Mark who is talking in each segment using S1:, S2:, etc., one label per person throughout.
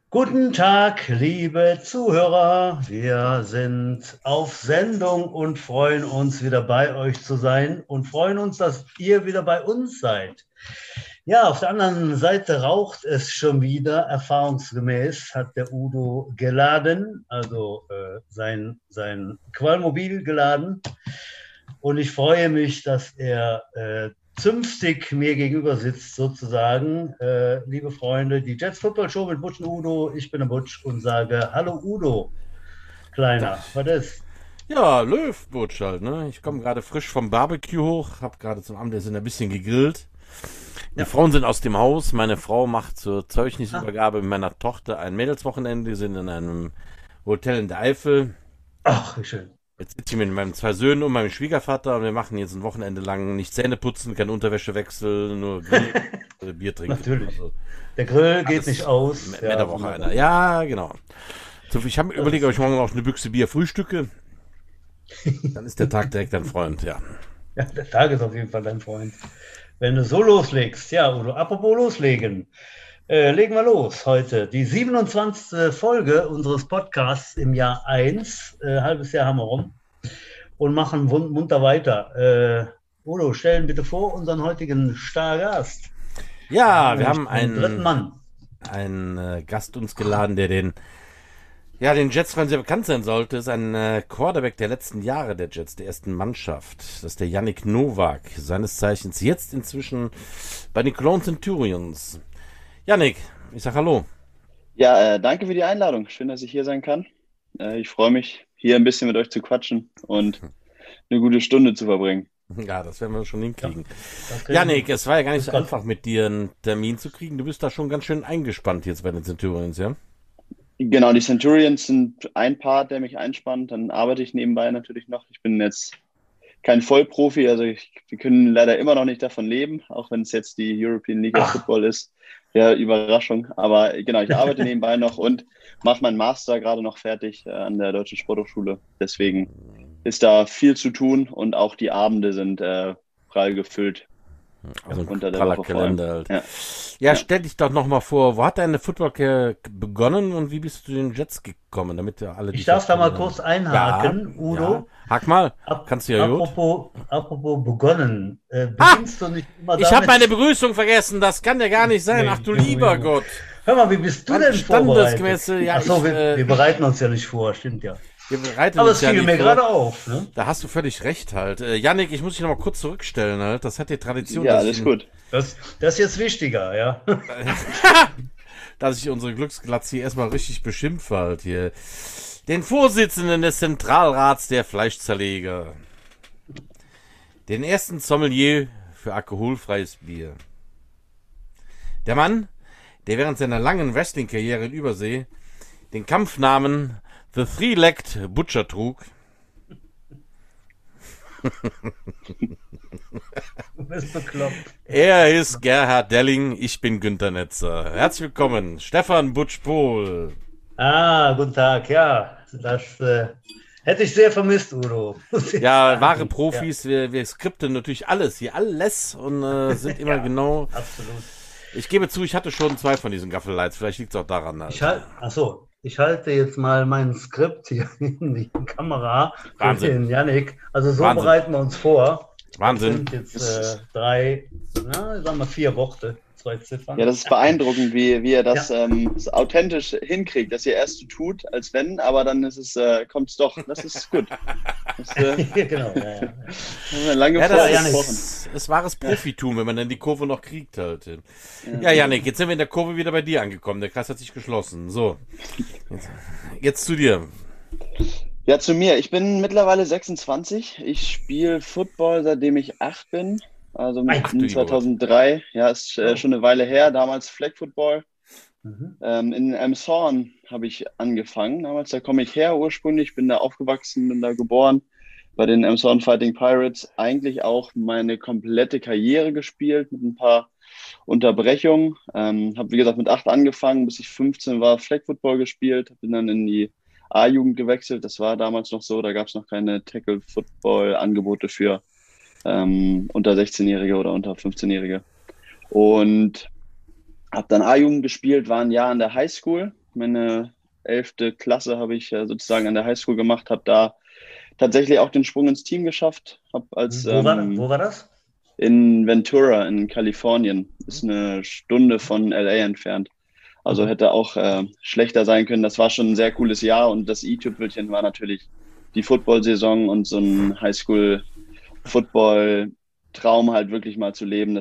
S1: Guten Tag, liebe Zuhörer. Wir sind auf Sendung und freuen uns, wieder bei euch zu sein und freuen uns, dass ihr wieder bei uns seid. Ja, auf der anderen Seite raucht es schon wieder. Erfahrungsgemäß hat der Udo geladen, also sein Qualmobil geladen. Und ich freue mich, dass er zünftig mir gegenüber sitzt, sozusagen. Liebe Freunde, die Jets Football Show mit Butch und Udo. Ich bin der Butch und sage: Hallo Udo,
S2: Da,
S1: Kleiner. Was ist?
S2: ja, Löwbutsch halt, ne? Ich komme gerade frisch vom Barbecue hoch, hab gerade zum Abendessen ein bisschen gegrillt. Die
S1: Ja.
S2: Frauen sind aus dem Haus. Meine Frau macht zur
S1: Ah.
S2: Zeugnisübergabe mit meiner Tochter ein Mädelswochenende. Die sind in einem Hotel in der Eifel.
S1: Ach, wie schön.
S2: Jetzt sitze ich mit meinen zwei Söhnen und meinem Schwiegervater und wir machen jetzt ein Wochenende lang nicht Zähne putzen, kein Unterwäschewechsel, nur Grill, Bier trinken.
S1: Natürlich.
S2: Also
S1: Der Grill geht nicht
S2: alles
S1: aus.
S2: mit der
S1: Ja,
S2: Woche
S1: wunderbar.
S2: einer. Ja, genau. So, ich habe
S1: Das
S2: überlegt, ob
S1: ist,
S2: ich morgen noch eine Büchse Bier frühstücke. Dann ist der Tag direkt ein Freund, ja.
S1: ja, der Tag ist auf jeden Fall dein Freund. Wenn du so loslegst, ja, Udo, apropos loslegen. Legen wir los heute. Die 27. Folge unseres Podcasts im Jahr 1, halbes Jahr haben wir rum, und machen munter weiter. Udo, stellen bitte vor unseren heutigen Stargast. Wir haben
S2: Ja, wir
S1: nämlich
S2: haben
S1: einen dritten Mann.
S2: einen Gast uns geladen, der den Jets-Fans sehr bekannt sein sollte. Ist ein Quarterback der letzten Jahre der Jets, der ersten Mannschaft. Das ist der Yannick Nowak, seines Zeichens jetzt inzwischen bei den Cologne Centurions. Yannick, ich sag Hallo.
S3: Ja, danke für die Einladung. Schön, dass ich hier sein kann. Ich freue mich, hier ein bisschen mit euch zu quatschen und eine gute Stunde zu verbringen.
S2: Ja, das werden wir schon
S1: Ja,
S2: hinkriegen.
S1: das kriegen wir hin.
S2: Yannick, es war ja gar nicht
S1: Grüß
S2: so
S1: Gott.
S2: einfach mit dir einen Termin zu kriegen. Du bist da schon ganz schön eingespannt jetzt bei den Centurions, ja?
S3: Genau, die Centurions sind ein Part, der mich einspannt. Dann arbeite ich nebenbei natürlich noch. Ich bin jetzt kein Vollprofi, also wir können leider immer noch nicht davon leben, auch wenn es jetzt die European League of
S1: Ach,
S3: Football ist. Ja, Überraschung. Aber genau, ich arbeite nebenbei noch und mache meinen Master gerade noch fertig an der Deutschen Sporthochschule. Deswegen ist da viel zu tun und auch die Abende sind prall gefüllt,
S2: Also ein
S3: unter der
S2: praller
S3: Woche vor allem.
S2: Kalender halt.
S3: Ja,
S2: Ja,
S3: ja.
S2: stell dich doch noch mal vor, wo hat deine Football begonnen und wie bist du zu den Jets gekommen, damit wir alle
S1: ich
S2: dich
S1: darf da mal
S2: verstehen?
S1: kurz
S2: Ja,
S1: einhaken,
S2: ja.
S1: Udo.
S2: Hack mal, kannst du ja gut.
S1: Apropos begonnen.
S2: Ha!
S1: Beginnst du nicht immer
S2: Ich habe
S1: damit?
S2: meine Begrüßung vergessen, das kann ja gar nicht sein. Ach
S1: Nee,
S2: du
S1: Junge,
S2: lieber
S1: Junge.
S2: Gott.
S1: Hör mal, wie bist du
S2: Mein
S1: denn vorbereitet?
S2: standesgemäße, ja,
S1: Ach so, wir bereiten uns ja nicht vor, stimmt ja.
S2: wir bereiten
S1: Aber
S2: uns
S1: es
S2: ja
S1: fiel
S2: nie
S1: mir
S2: vor.
S1: gerade auf, ne?
S2: Da hast du völlig recht halt. Yannick, ich muss dich noch mal kurz zurückstellen halt. Das hat die Tradition,
S3: Ja, alles gut.
S1: Das ist jetzt wichtiger, ja.
S2: dass ich unsere Glücksglatze hier erstmal richtig beschimpfe halt hier. Den Vorsitzenden des Zentralrats der Fleischzerleger. Den ersten Sommelier für alkoholfreies Bier. Der Mann, der während seiner langen Wrestling-Karriere in Übersee den Kampfnamen The Three-Legged Butcher trug.
S1: Du bist bekloppt.
S2: Er ist Gerhard Delling, ich bin Günter Netzer. Herzlich willkommen, Stefan Butsch-Pohl.
S1: Guten Tag, ja. Das hätte ich sehr vermisst, Udo. Muss ich
S2: Ja, wahre
S1: sagen. Ja,
S2: Profis, wir skripten natürlich alles hier, alles und sind immer
S1: ja,
S2: genau.
S1: absolut.
S2: Ich gebe zu, ich hatte schon zwei von diesen Gaffel-Lights, vielleicht liegt es auch daran. Halt.
S1: Ich halte jetzt mal mein Skript hier in die Kamera für
S2: Wahnsinn,
S1: den Yannick. Also so
S2: Wahnsinn,
S1: bereiten wir uns vor. Das
S2: Wahnsinn.
S1: sind jetzt
S3: Das ist,
S1: sagen wir 4 Worte, 2
S3: ja,
S1: Ziffern.
S3: das ist beeindruckend, wie ihr
S1: Ja,
S3: das so authentisch hinkriegt, dass ihr erst so tut, als wenn, aber dann ist es, kommt es doch. Das ist gut. Das
S1: genau. Ja, ja.
S3: haben wir lange
S2: Ja,
S3: vorher
S1: Yannick.
S3: gesprochen.
S2: ist wahres Profitum, wenn man dann die Kurve noch kriegt halt.
S3: Ja.
S2: Ja, Janik, jetzt sind wir in der Kurve wieder bei dir angekommen. Der Kreis hat sich geschlossen. So, jetzt zu dir.
S3: Ja, zu mir. Ich bin mittlerweile 26. Ich spiele Football, seitdem ich 8 bin. Also
S2: Ach du
S3: in
S2: lieber Gott.
S3: 2003. Ja, ist
S1: Oh.
S3: schon eine Weile her. Damals Flag Football.
S1: Mhm.
S3: In Elmshorn habe ich angefangen. Damals, da komme ich her ursprünglich. Bin da aufgewachsen, bin da geboren. Bei den Elmshorn Fighting Pirates eigentlich auch meine komplette Karriere gespielt mit ein paar Unterbrechungen. Habe, wie gesagt, mit 8 angefangen, bis ich 15 war, Flag Football gespielt. Bin dann in die A-Jugend gewechselt. Das war damals noch so. Da gab es noch keine Tackle-Football-Angebote für unter 16-Jährige oder unter 15-Jährige. Und habe dann A-Jugend gespielt, war ein Jahr an der Highschool. Meine 11. Klasse habe ich sozusagen an der Highschool gemacht, habe da tatsächlich auch den Sprung ins Team geschafft.
S1: Wo war das?
S3: In Ventura in Kalifornien. Ist eine Stunde von LA entfernt. Also hätte auch schlechter sein können. Das war schon ein sehr cooles Jahr und das i-Tüpfelchen war natürlich die Football-Saison und so ein Highschool-Football-Traum halt wirklich mal zu leben.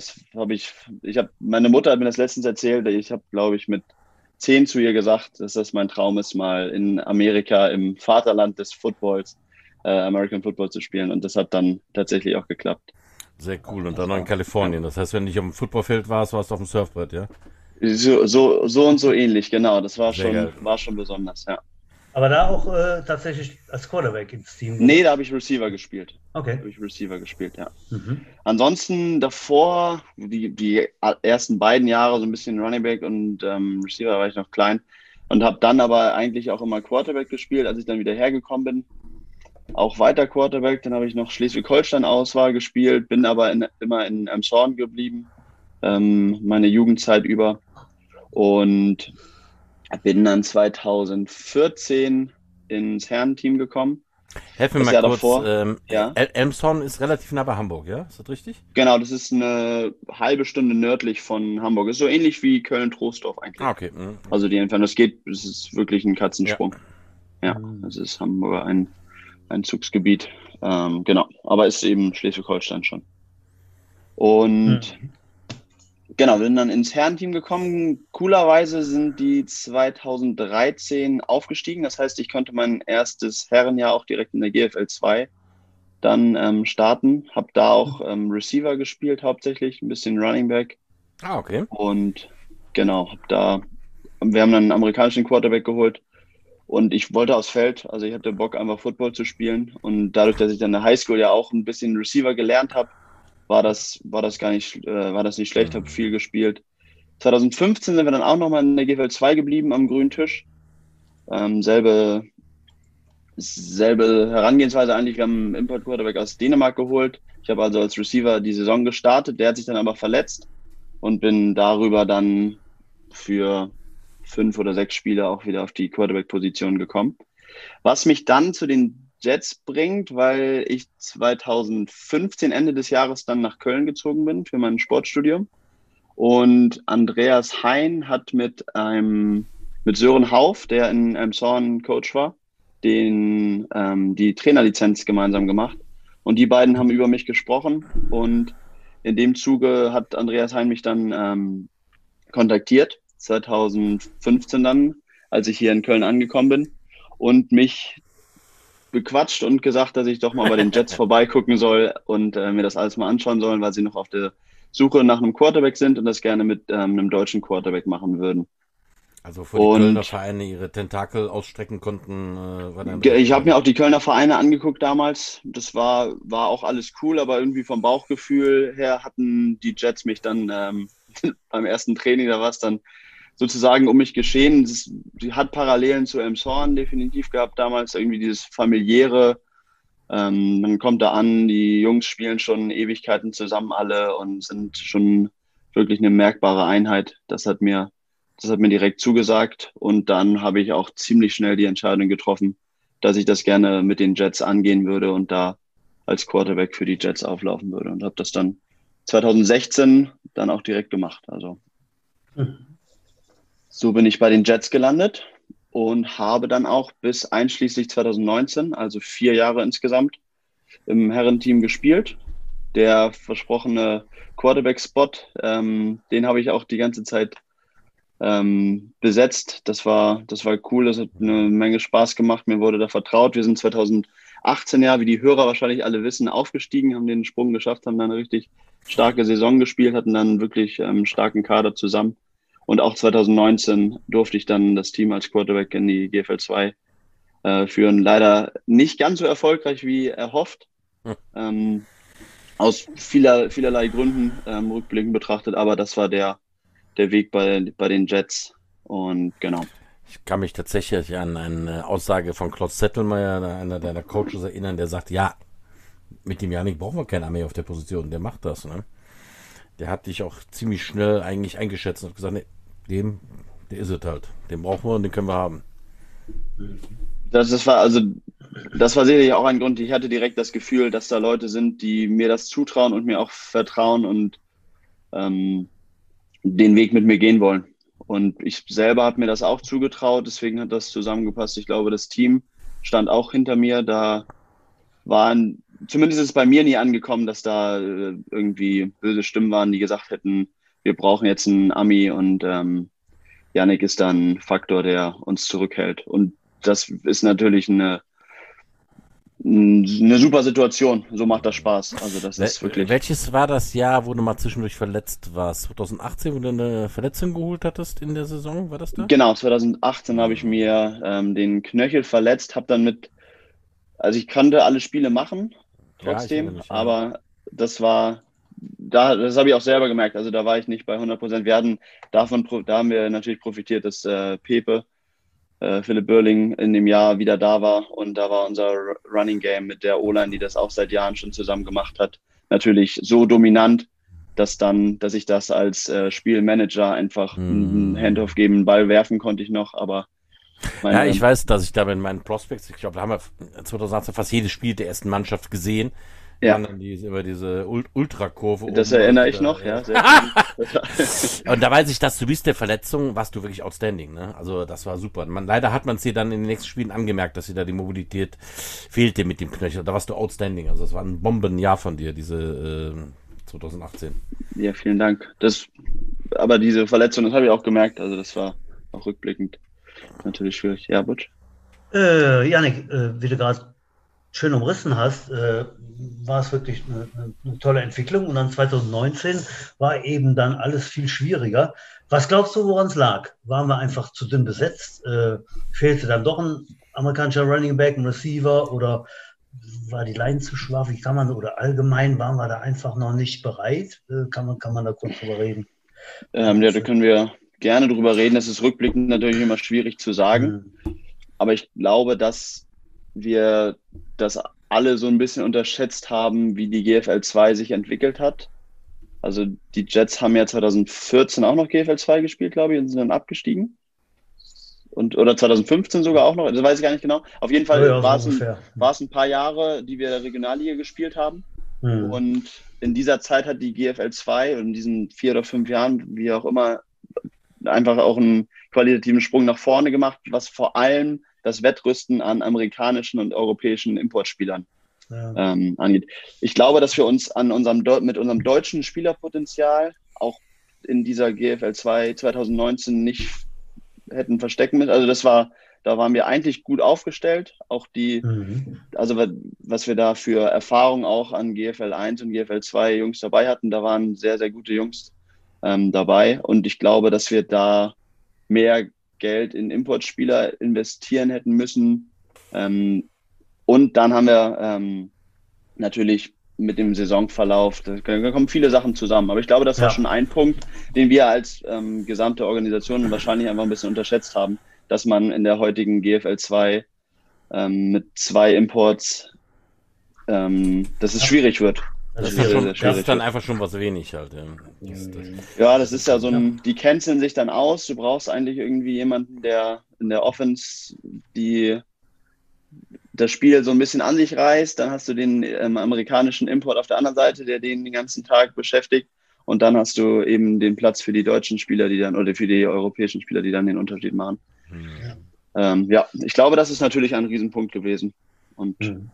S3: Meine Mutter hat mir das letztens erzählt. Ich habe, glaube ich, mit 10 zu ihr gesagt, dass das mein Traum ist, mal in Amerika im Vaterland des Footballs, American Football zu spielen. Und das hat dann tatsächlich auch geklappt.
S2: Sehr cool. Und dann noch in Kalifornien. Das heißt, wenn du nicht auf dem Footballfeld warst, warst du auf dem Surfbrett, ja?
S3: So und so ähnlich, genau. Das war
S2: Sehr geil.
S3: schon besonders, ja.
S1: Aber da auch tatsächlich als Quarterback ins Team?
S3: Nee, da habe ich Receiver gespielt.
S1: Okay.
S3: Ja. Ansonsten davor, die ersten beiden Jahre so ein bisschen Running Back und Receiver war ich noch klein und habe dann aber eigentlich auch immer Quarterback gespielt, als ich dann wieder hergekommen bin. Auch weiter Quarterback, dann habe ich noch Schleswig-Holstein-Auswahl gespielt, bin aber immer in Elmshorn geblieben, meine Jugendzeit über. Und bin dann 2014 ins Herrenteam gekommen.
S2: Helf mir
S3: Das
S2: mal
S3: Jahr
S2: kurz.
S3: davor, ja.
S2: Elmshorn ist relativ nah bei Hamburg, ja? Ist das richtig?
S3: Genau, das ist eine halbe Stunde nördlich von Hamburg. Ist so ähnlich wie Köln-Troisdorf eigentlich.
S2: Ah, okay.
S3: Also die Entfernung, es ist wirklich ein Katzensprung. Ja, das ist Hamburger ein Einzugsgebiet. Genau, aber ist eben Schleswig-Holstein schon. Und genau, bin dann ins Herrenteam gekommen. Coolerweise sind die 2013 aufgestiegen. Das heißt, ich konnte mein erstes Herrenjahr auch direkt in der GFL 2 dann starten. Habe da auch Receiver gespielt hauptsächlich, ein bisschen Running Back.
S2: Ah, okay.
S3: Und genau, wir haben dann einen amerikanischen Quarterback geholt. Und ich wollte aufs Feld, also ich hatte Bock, einfach Football zu spielen. Und dadurch, dass ich dann in der Highschool ja auch ein bisschen Receiver gelernt habe, war das nicht schlecht, habe viel gespielt. 2015 sind wir dann auch nochmal in der GFL 2 geblieben am grünen Tisch. Selbe Herangehensweise eigentlich. Wir haben einen Import-Quarterback aus Dänemark geholt. Ich habe also als Receiver die Saison gestartet. Der hat sich dann aber verletzt und bin darüber dann für 5 oder 6 Spiele auch wieder auf die Quarterback-Position gekommen. Was mich dann zu den Jets bringt, weil ich 2015 Ende des Jahres dann nach Köln gezogen bin für mein Sportstudium. Und Andreas Hein hat mit Sören Hauf, der in Elmshorn Coach war, die Trainerlizenz gemeinsam gemacht. Und die beiden haben über mich gesprochen. Und in dem Zuge hat Andreas Hein mich dann kontaktiert, 2015 dann, als ich hier in Köln angekommen bin und mich bequatscht und gesagt, dass ich doch mal bei den Jets vorbeigucken soll und mir das alles mal anschauen sollen, weil sie noch auf der Suche nach einem Quarterback sind und das gerne mit einem deutschen Quarterback machen würden.
S2: Also vor die Kölner Vereine ihre Tentakel ausstrecken konnten.
S3: Ich habe mir auch die Kölner Vereine angeguckt damals. Das war auch alles cool, aber irgendwie vom Bauchgefühl her hatten die Jets mich dann beim ersten Training, da war es dann sozusagen um mich geschehen. Sie hat Parallelen zu Elmshorn definitiv gehabt damals, irgendwie dieses familiäre. Man kommt da an, die Jungs spielen schon Ewigkeiten zusammen alle und sind schon wirklich eine merkbare Einheit. Das hat mir direkt zugesagt und dann habe ich auch ziemlich schnell die Entscheidung getroffen, dass ich das gerne mit den Jets angehen würde und da als Quarterback für die Jets auflaufen würde und habe das dann 2016 dann auch direkt gemacht. Also so bin ich bei den Jets gelandet und habe dann auch bis einschließlich 2019, also 4 Jahre insgesamt, im Herrenteam gespielt. Der versprochene Quarterback-Spot, den habe ich auch die ganze Zeit besetzt. Das war cool, das hat eine Menge Spaß gemacht, mir wurde da vertraut. Wir sind 2018, ja, wie die Hörer wahrscheinlich alle wissen, aufgestiegen, haben den Sprung geschafft, haben dann eine richtig starke Saison gespielt, hatten dann wirklich starken Kader zusammen. Und auch 2019 durfte ich dann das Team als Quarterback in die GFL 2 führen. Leider nicht ganz so erfolgreich wie erhofft. Aus vielerlei Gründen rückblickend betrachtet, aber das war der Weg bei den Jets. Und genau.
S2: Ich kann mich tatsächlich an eine Aussage von Klaus Zettelmeier, einer deiner Coaches, erinnern, der sagt, ja, mit dem Janik brauchen wir keinen Armee auf der Position, der macht das. Ne? Der hat dich auch ziemlich schnell eigentlich eingeschätzt und gesagt, nee, dem Der ist es halt. Den brauchen wir und den können wir haben.
S3: Das war sicherlich auch ein Grund. Ich hatte direkt das Gefühl, dass da Leute sind, die mir das zutrauen und mir auch vertrauen und den Weg mit mir gehen wollen. Und ich selber habe mir das auch zugetraut, deswegen hat das zusammengepasst. Ich glaube, das Team stand auch hinter mir. Da zumindest ist es bei mir nie angekommen, dass da irgendwie böse Stimmen waren, die gesagt hätten, wir brauchen jetzt einen Ami und Yannick ist dann ein Faktor, der uns zurückhält. Und das ist natürlich eine super Situation. So macht das Spaß. Also das ist wirklich.
S2: Welches war das Jahr, wo du mal zwischendurch verletzt warst? 2018, wo du eine Verletzung geholt hattest in der Saison? War das da?
S3: Genau, 2018 habe ich mir den Knöchel verletzt, habe dann also ich konnte alle Spiele machen, trotzdem, aber das habe ich auch selber gemerkt. Also da war ich nicht bei 100%. Da haben wir natürlich profitiert, dass Pepe, Philipp Börling in dem Jahr wieder da war und da war unser Running Game mit der O-Line, die das auch seit Jahren schon zusammen gemacht hat, natürlich so dominant, dass ich das als Spielmanager einfach einen Handoff geben, einen Ball werfen konnte ich noch, aber
S2: ich weiß, dass ich da mit meinen Prospects, ich glaube, da haben wir 2018 fast jedes Spiel der ersten Mannschaft gesehen.
S3: Ja.
S2: Dann über diese Ultrakurve.
S3: Das erinnere ich noch, ja. Sehr
S2: und da weiß ich, dass du bis der Verletzung warst du wirklich outstanding, ne? Also das war super. Leider hat man es dir dann in den nächsten Spielen angemerkt, dass dir da die Mobilität fehlte mit dem Knöchel. Da warst du outstanding. Also das war ein Bombenjahr von dir, diese 2018.
S3: Ja, vielen Dank. Aber diese Verletzung, das habe ich auch gemerkt. Also das war auch rückblickend natürlich schwierig. Ja, Butch?
S1: Yannick, wie du gerade schön umrissen hast, war es wirklich eine tolle Entwicklung. Und dann 2019 war eben dann alles viel schwieriger. Was glaubst du, woran es lag? Waren wir einfach zu dünn besetzt? Fehlte dann doch ein amerikanischer Running Back, ein Receiver oder war die Line zu schwach? Oder allgemein waren wir da einfach noch nicht bereit? Kann man da kurz drüber reden?
S3: Ja, da können wir gerne drüber reden. Es ist rückblickend natürlich immer schwierig zu sagen. Aber ich glaube, dass wir das alle so ein bisschen unterschätzt haben, wie die GFL 2 sich entwickelt hat. Also die Jets haben ja 2014 auch noch GFL 2 gespielt, glaube ich, und sind dann abgestiegen. Oder 2015 sogar auch noch, das weiß ich gar nicht genau. Auf jeden Fall war es ein paar Jahre, die wir Regionalliga gespielt haben. Und in dieser Zeit hat die GFL 2 und in diesen 4 oder 5 Jahren, wie auch immer, einfach auch einen qualitativen Sprung nach vorne gemacht, was vor allem das Wettrüsten an amerikanischen und europäischen Importspielern angeht. Ich glaube, dass wir uns mit unserem deutschen Spielerpotenzial auch in dieser GFL 2 2019 nicht hätten verstecken müssen. Also da waren wir eigentlich gut aufgestellt. Auch also was wir da für Erfahrung auch an GFL 1 und GFL 2 Jungs dabei hatten, da waren sehr, sehr gute Jungs dabei. Und ich glaube, dass wir da mehr Geld in Importspieler investieren hätten müssen. Und dann haben wir natürlich mit dem Saisonverlauf, da kommen viele Sachen zusammen. Aber ich glaube, das war schon ein Punkt, den wir als gesamte Organisation wahrscheinlich einfach ein bisschen unterschätzt haben, dass man in der heutigen GFL 2 mit 2 Imports, dass es schwierig wird.
S2: Das ist dann einfach schon was wenig halt.
S3: Ja, das ist ja die canceln sich dann aus. Du brauchst eigentlich irgendwie jemanden, der in der Offense das Spiel so ein bisschen an sich reißt. Dann hast du den amerikanischen Import auf der anderen Seite, der den ganzen Tag beschäftigt. Und dann hast du eben den Platz für die deutschen Spieler, oder für die europäischen Spieler, die dann den Unterschied machen. Ich glaube, das ist natürlich ein Riesenpunkt gewesen. Und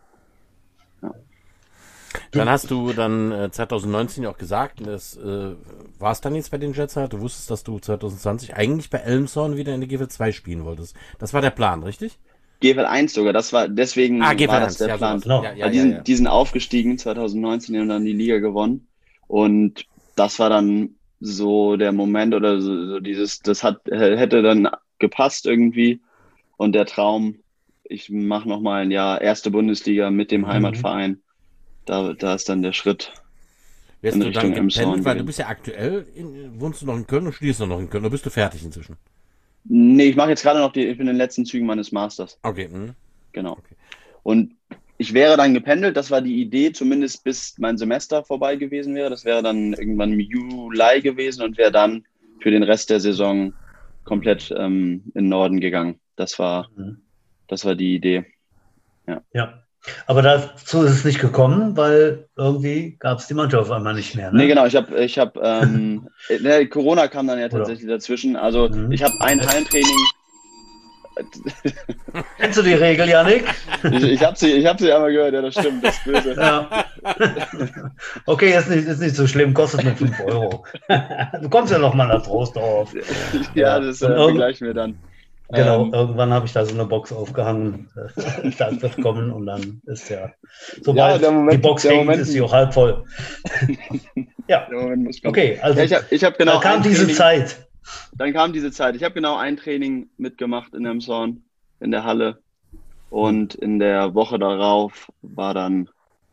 S2: Dann hast du 2019 auch gesagt, das war es dann jetzt bei den Jets halt, du wusstest, dass du 2020 eigentlich bei Elmshorn wieder in der GFL 2 spielen wolltest. Das war der Plan, richtig?
S3: GFL 1 sogar, deswegen war das der Plan. Die sind aufgestiegen 2019 und dann die Liga gewonnen. Und das war dann so der Moment oder so hätte dann gepasst irgendwie. Und der Traum, ich mache nochmal ein Jahr erste Bundesliga mit dem Heimatverein. Da ist dann der Schritt.
S2: Wärst du dann gependelt, weil du bist ja aktuell, wohnst du noch in Köln und studierst noch in Köln, oder bist du fertig inzwischen?
S3: Nee, ich mache jetzt gerade noch ich bin in den letzten Zügen meines Masters.
S2: Okay.
S3: Genau. Okay. Und ich wäre dann gependelt, das war die Idee, zumindest bis mein Semester vorbei gewesen wäre. Das wäre dann irgendwann im Juli gewesen und wäre dann für den Rest der Saison komplett in den Norden gegangen. Das war die Idee.
S1: Ja. Aber dazu ist es nicht gekommen, weil irgendwie gab es die Mannschaft auf einmal nicht mehr. Ne?
S3: Nee, genau. Ich hab Corona kam dann ja tatsächlich dazwischen. Also ich habe ein Hallentraining.
S1: Kennst du die Regel, Jannik?
S3: Ich hab sie einmal gehört, ja, das stimmt, das ist böse.
S1: Ja. Okay, ist nicht so schlimm, kostet nur 5 Euro. Du kommst ja noch mal nach Troisdorf.
S3: Ja, das begleichen wir dann.
S1: Genau, irgendwann habe ich da so eine Box aufgehangen. Das wird kommen und dann ist sobald die Box hängt, ist sie auch halb voll. Ja,
S3: der Moment muss kommen.
S1: Okay, also
S3: ich hab genau
S1: dann kam diese Zeit.
S3: Dann kam diese Zeit. Ich habe genau ein Training mitgemacht in Elmshorn, in der Halle. Und in der Woche darauf war dann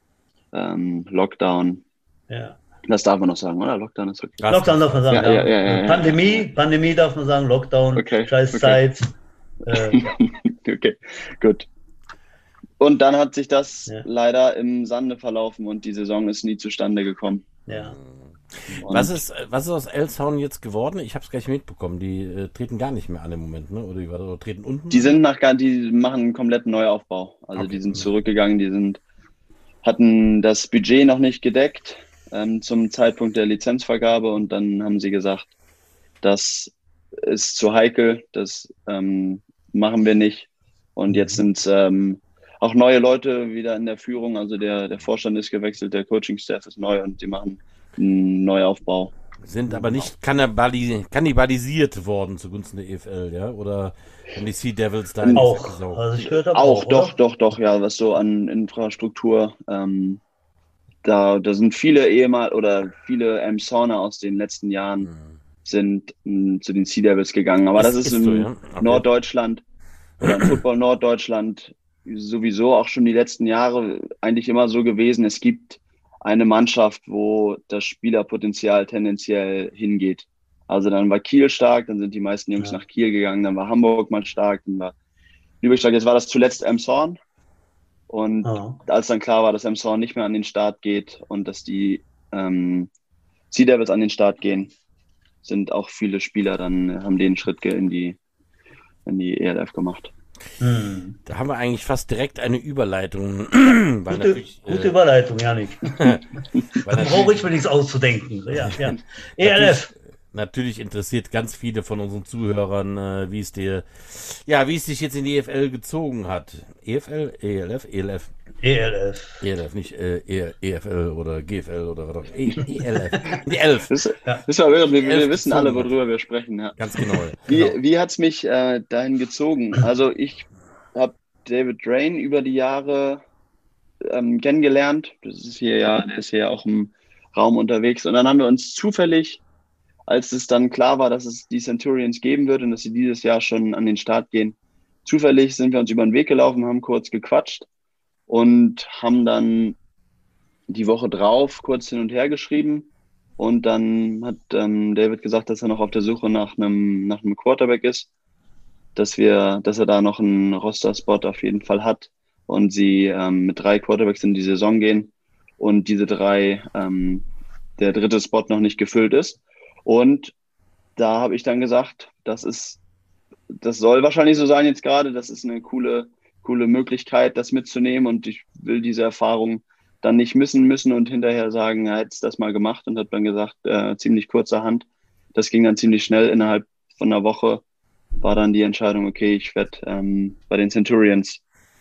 S3: Lockdown.
S1: Ja.
S3: Das darf man noch sagen, oder? Lockdown ist okay.
S1: Lockdown darf man sagen, ja.
S3: Ja.
S1: Pandemie darf man sagen, Lockdown,
S3: okay,
S1: Scheißzeit.
S3: Okay. Okay, gut. Und dann hat sich das leider im Sande verlaufen und die Saison ist nie zustande gekommen.
S1: Ja.
S2: Was ist aus Elmshorn jetzt geworden? Ich habe es gleich mitbekommen. Die treten gar nicht mehr an im Moment, ne? Oder treten unten?
S3: Die machen einen kompletten Neuaufbau. Also die sind zurückgegangen, hatten das Budget noch nicht gedeckt zum Zeitpunkt der Lizenzvergabe und dann haben sie gesagt, das ist zu heikel, das machen wir nicht. Und jetzt sind es auch neue Leute wieder in der Führung. Also der Vorstand ist gewechselt, der Coaching-Staff ist neu und die machen einen Neuaufbau.
S2: Sind aber nicht kannibalisiert worden zugunsten der EFL, ja? Oder haben die Sea Devils da
S1: auch?
S2: Gesaugt?
S1: Also ich gehört
S3: auch, doch, ja, was so an Infrastruktur, da sind viele viele Elmshorner aus den letzten Jahren sind zu den Sea Devils gegangen. Aber das ist in Norddeutschland oder im Football Norddeutschland sowieso auch schon die letzten Jahre eigentlich immer so gewesen. Es gibt eine Mannschaft, wo das Spielerpotenzial tendenziell hingeht. Also dann war Kiel stark, dann sind die meisten Jungs nach Kiel gegangen, dann war Hamburg mal stark, dann war Lübeck stark. Jetzt war das zuletzt Elmshorn. Und als dann klar war, dass Elmshorn nicht mehr an den Start geht und dass die Sea Devils an den Start gehen, sind auch viele Spieler haben den Schritt in die ELF gemacht.
S2: Da haben wir eigentlich fast direkt eine Überleitung.
S1: Gute Überleitung, Janik. Brauche ich mir nichts auszudenken. Ja. ELF.
S2: Natürlich interessiert ganz viele von unseren Zuhörern, wie es dich jetzt in die EFL gezogen hat. EFL? ELF? ELF.
S1: ELF.
S2: ELF, nicht EFL oder GFL oder was auch immer. ELF. Die Elf.
S3: Wir wissen alle, worüber wir sprechen. Ja.
S2: Ganz genau.
S3: Wie hat es mich dahin gezogen? Also ich habe David Drain über die Jahre kennengelernt. Der ist hier auch im Raum unterwegs. Und dann haben wir uns zufällig, als es dann klar war, dass es die Centurions geben wird und dass sie dieses Jahr schon an den Start gehen, zufällig sind wir uns über den Weg gelaufen, haben kurz gequatscht und haben dann die Woche drauf kurz hin und her geschrieben. Und dann hat David gesagt, dass er noch auf der Suche nach einem Quarterback ist, dass er da noch einen Roster-Spot auf jeden Fall hat und sie mit 3 Quarterbacks in die Saison gehen und diese 3 der dritte Spot noch nicht gefüllt ist. Und da habe ich dann gesagt, das soll wahrscheinlich so sein jetzt gerade, das ist eine coole Möglichkeit, das mitzunehmen und ich will diese Erfahrung dann nicht missen müssen und hinterher sagen, er hätte das mal gemacht und hat dann gesagt, ziemlich kurzerhand. Das ging dann ziemlich schnell, innerhalb von einer Woche war dann die Entscheidung, okay, ich werde bei den Centurions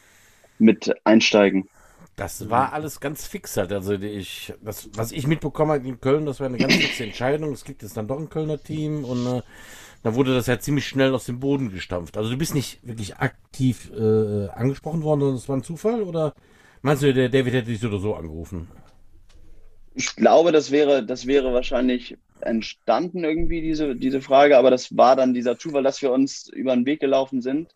S3: mit einsteigen.
S2: Das war alles ganz fix halt. Also was ich mitbekommen habe in Köln, das war eine ganz fixe Entscheidung. Es gibt jetzt dann doch ein Kölner Team und da wurde das ja ziemlich schnell aus dem Boden gestampft. Also du bist nicht wirklich aktiv angesprochen worden, sondern es war ein Zufall oder meinst du, der David hätte dich so oder so angerufen?
S3: Ich glaube, das wäre wahrscheinlich entstanden irgendwie, diese Frage, aber das war dann dieser Zufall, dass wir uns über den Weg gelaufen sind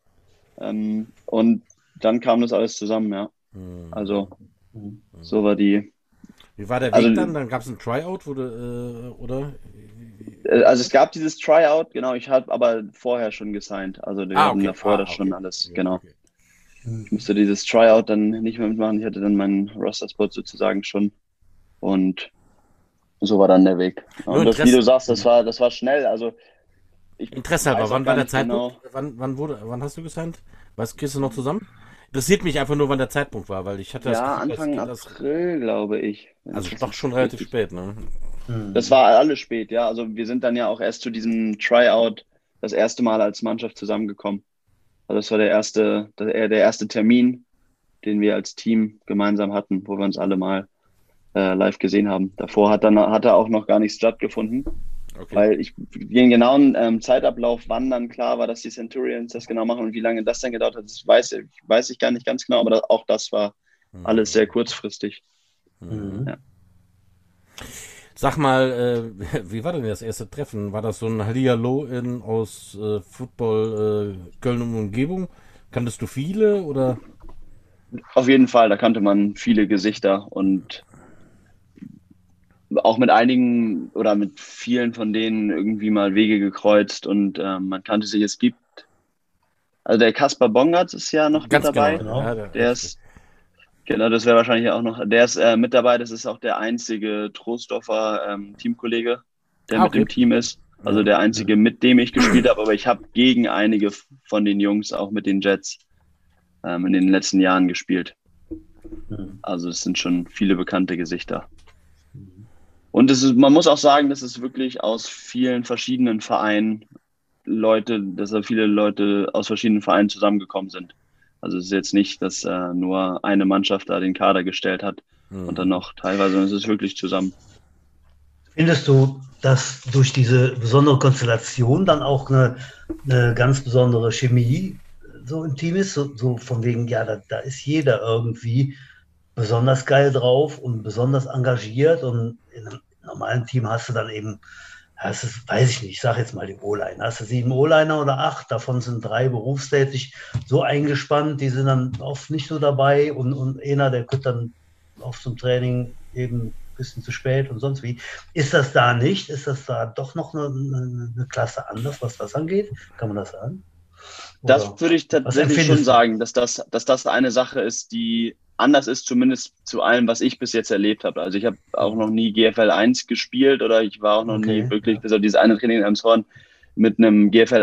S3: und dann kam das alles zusammen, ja. Also, so war die.
S2: Wie war der Weg dann? Dann gab es ein Tryout, oder?
S3: Also es gab dieses Tryout, genau, ich habe aber vorher schon gesigned, also wir hatten davor das schon alles, genau. Okay. Ich musste dieses Tryout dann nicht mehr mitmachen, ich hatte dann meinen Roster-Spot sozusagen schon und so war dann der Weg. Und das, wie du sagst, das war schnell, also
S2: Interesse halber, wann war der Zeitpunkt? Genau. Wann hast du gesigned? Was kriegst du noch zusammen? Interessiert mich einfach nur, wann der Zeitpunkt war, weil ich hatte das
S3: Ja,
S2: Gefühl,
S3: Anfang April, glaube ich.
S2: also doch schon relativ spät, ne?
S3: Das war alles spät, ja. Also wir sind dann ja auch erst zu diesem Tryout das erste Mal als Mannschaft zusammengekommen. Also das war der erste Termin, den wir als Team gemeinsam hatten, wo wir uns alle mal live gesehen haben. Davor hat er auch noch gar nichts stattgefunden,
S2: Okay.
S3: weil den genauen Zeitablauf, wann dann klar war, dass die Centurions das genau machen und wie lange das dann gedauert hat, das weiß ich gar nicht ganz genau, aber auch das war alles sehr kurzfristig. Ja.
S2: Sag mal, wie war denn das erste Treffen? War das so ein Hallihallo aus Football Köln und Umgebung? Kanntest du viele oder?
S3: Auf jeden Fall, da kannte man viele Gesichter und auch mit einigen oder mit vielen von denen irgendwie mal Wege gekreuzt und man kannte sich. Es gibt, also der Kaspar Bongartz ist ja noch
S2: Ganz
S3: mit dabei.
S2: genau. Ja,
S3: Der ist, genau, das wäre wahrscheinlich auch noch, der ist mit dabei. Das ist auch der einzige Troisdorfer Teamkollege, der mit dem Team ist. Also der einzige, mit dem ich gespielt habe. Aber ich habe gegen einige von den Jungs, auch mit den Jets, in den letzten Jahren gespielt. Also es sind schon viele bekannte Gesichter. Und man muss auch sagen, dass es wirklich aus vielen verschiedenen Vereinen dass da viele Leute aus verschiedenen Vereinen zusammengekommen sind. Also es ist jetzt nicht, dass nur eine Mannschaft da den Kader gestellt hat und dann noch teilweise, sondern es ist wirklich zusammen.
S1: Findest du, dass durch diese besondere Konstellation dann auch eine ganz besondere Chemie so im Team ist? So von wegen, ja, da ist jeder irgendwie besonders geil drauf und besonders engagiert und in einem normalen Team hast du dann eben, weiß ich nicht, ich sage jetzt mal die O-Line, hast du 7 O-Liner oder 8, davon sind 3 berufstätig, so eingespannt, die sind dann oft nicht so dabei und einer, der kommt dann oft zum Training eben ein bisschen zu spät und sonst wie. Ist das da nicht? Ist das da doch noch eine Klasse anders, was das angeht? Kann man das sagen? Oder
S3: das würde ich tatsächlich schon sagen, dass das eine Sache ist, die anders ist, zumindest zu allem, was ich bis jetzt erlebt habe. Also ich habe auch noch nie GFL 1 gespielt oder ich war auch noch nie wirklich, bis auf dieses eine Training in Elmshorn, mit einem GFL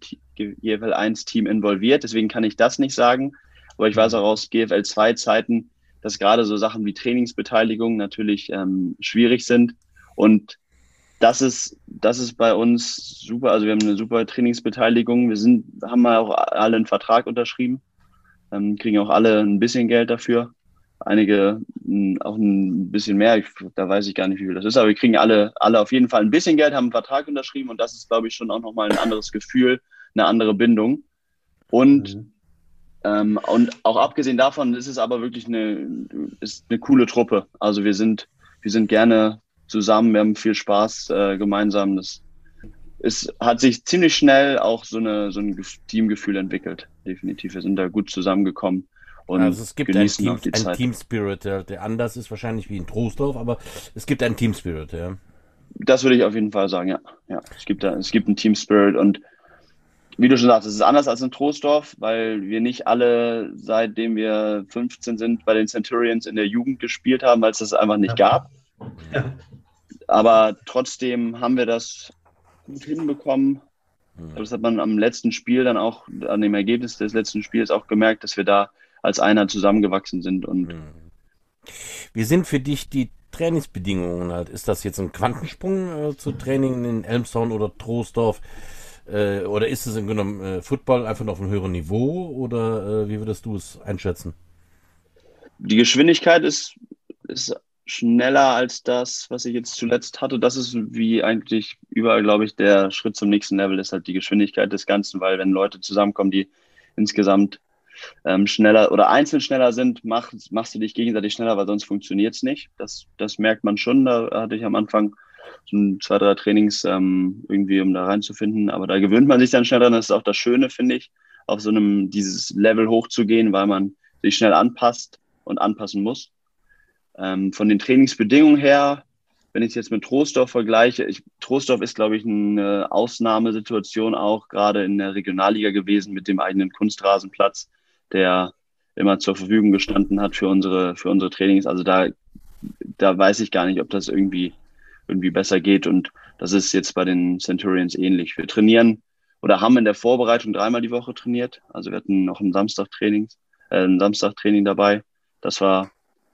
S3: 1 Team involviert. Deswegen kann ich das nicht sagen. Aber ich weiß auch aus GFL 2 Zeiten, dass gerade so Sachen wie Trainingsbeteiligung natürlich schwierig sind. Und das ist bei uns super. Also wir haben eine super Trainingsbeteiligung. Haben mal auch alle einen Vertrag unterschrieben. Kriegen auch alle ein bisschen Geld dafür. Einige auch ein bisschen mehr. Da weiß ich gar nicht, wie viel das ist. Aber wir kriegen alle auf jeden Fall ein bisschen Geld, haben einen Vertrag unterschrieben. Und das ist, glaube ich, schon auch nochmal ein anderes Gefühl, eine andere Bindung. Und auch abgesehen davon ist es aber wirklich eine coole Truppe. Also wir sind gerne zusammen, wir haben viel Spaß gemeinsam. Es hat sich ziemlich schnell auch so ein Teamgefühl entwickelt. Definitiv. Wir sind da gut zusammengekommen und
S2: also es gibt
S3: genießen
S2: ein
S3: auch die Zeit.
S2: Team-Spirit, der anders ist wahrscheinlich wie in Troisdorf, aber es gibt einen Team-Spirit, ja.
S3: Das würde ich auf jeden Fall sagen, ja. Es gibt einen Team-Spirit und wie du schon sagst, es ist anders als in Troisdorf, weil wir nicht alle, seitdem wir 15 sind, bei den Centurions in der Jugend gespielt haben, weil es das einfach nicht gab.
S1: Ja.
S3: Aber trotzdem haben wir das gut hinbekommen. Das hat man am letzten Spiel dann auch, an dem Ergebnis des letzten Spiels auch gemerkt, dass wir da als einer zusammengewachsen sind. Und
S2: wie sind für dich die Trainingsbedingungen halt? Ist das jetzt ein Quantensprung zu Trainingen in Elmshorn oder Troisdorf? Oder ist es im Grunde genommen Football einfach noch auf einem höheren Niveau? Oder wie würdest du es einschätzen?
S3: Die Geschwindigkeit ist schneller als das, was ich jetzt zuletzt hatte. Das ist wie eigentlich überall, glaube ich, der Schritt zum nächsten Level ist halt die Geschwindigkeit des Ganzen, weil wenn Leute zusammenkommen, die insgesamt schneller oder einzeln schneller sind, machst du dich gegenseitig schneller, weil sonst funktioniert es nicht. Das merkt man schon. Da hatte ich am Anfang so 2, 3 Trainings irgendwie, um da reinzufinden. Aber da gewöhnt man sich dann schnell dran. Das ist auch das Schöne, finde ich, auf so dieses Level hochzugehen, weil man sich schnell anpasst und anpassen muss. Von den Trainingsbedingungen her, wenn ich es jetzt mit Troisdorf vergleiche, Troisdorf ist, glaube ich, eine Ausnahmesituation auch gerade in der Regionalliga gewesen mit dem eigenen Kunstrasenplatz, der immer zur Verfügung gestanden hat für unsere Trainings. Also da weiß ich gar nicht, ob das irgendwie besser geht. Und das ist jetzt bei den Centurions ähnlich. Wir trainieren oder haben in der Vorbereitung 3-mal die Woche trainiert. Also wir hatten noch ein Samstagtraining dabei. Das war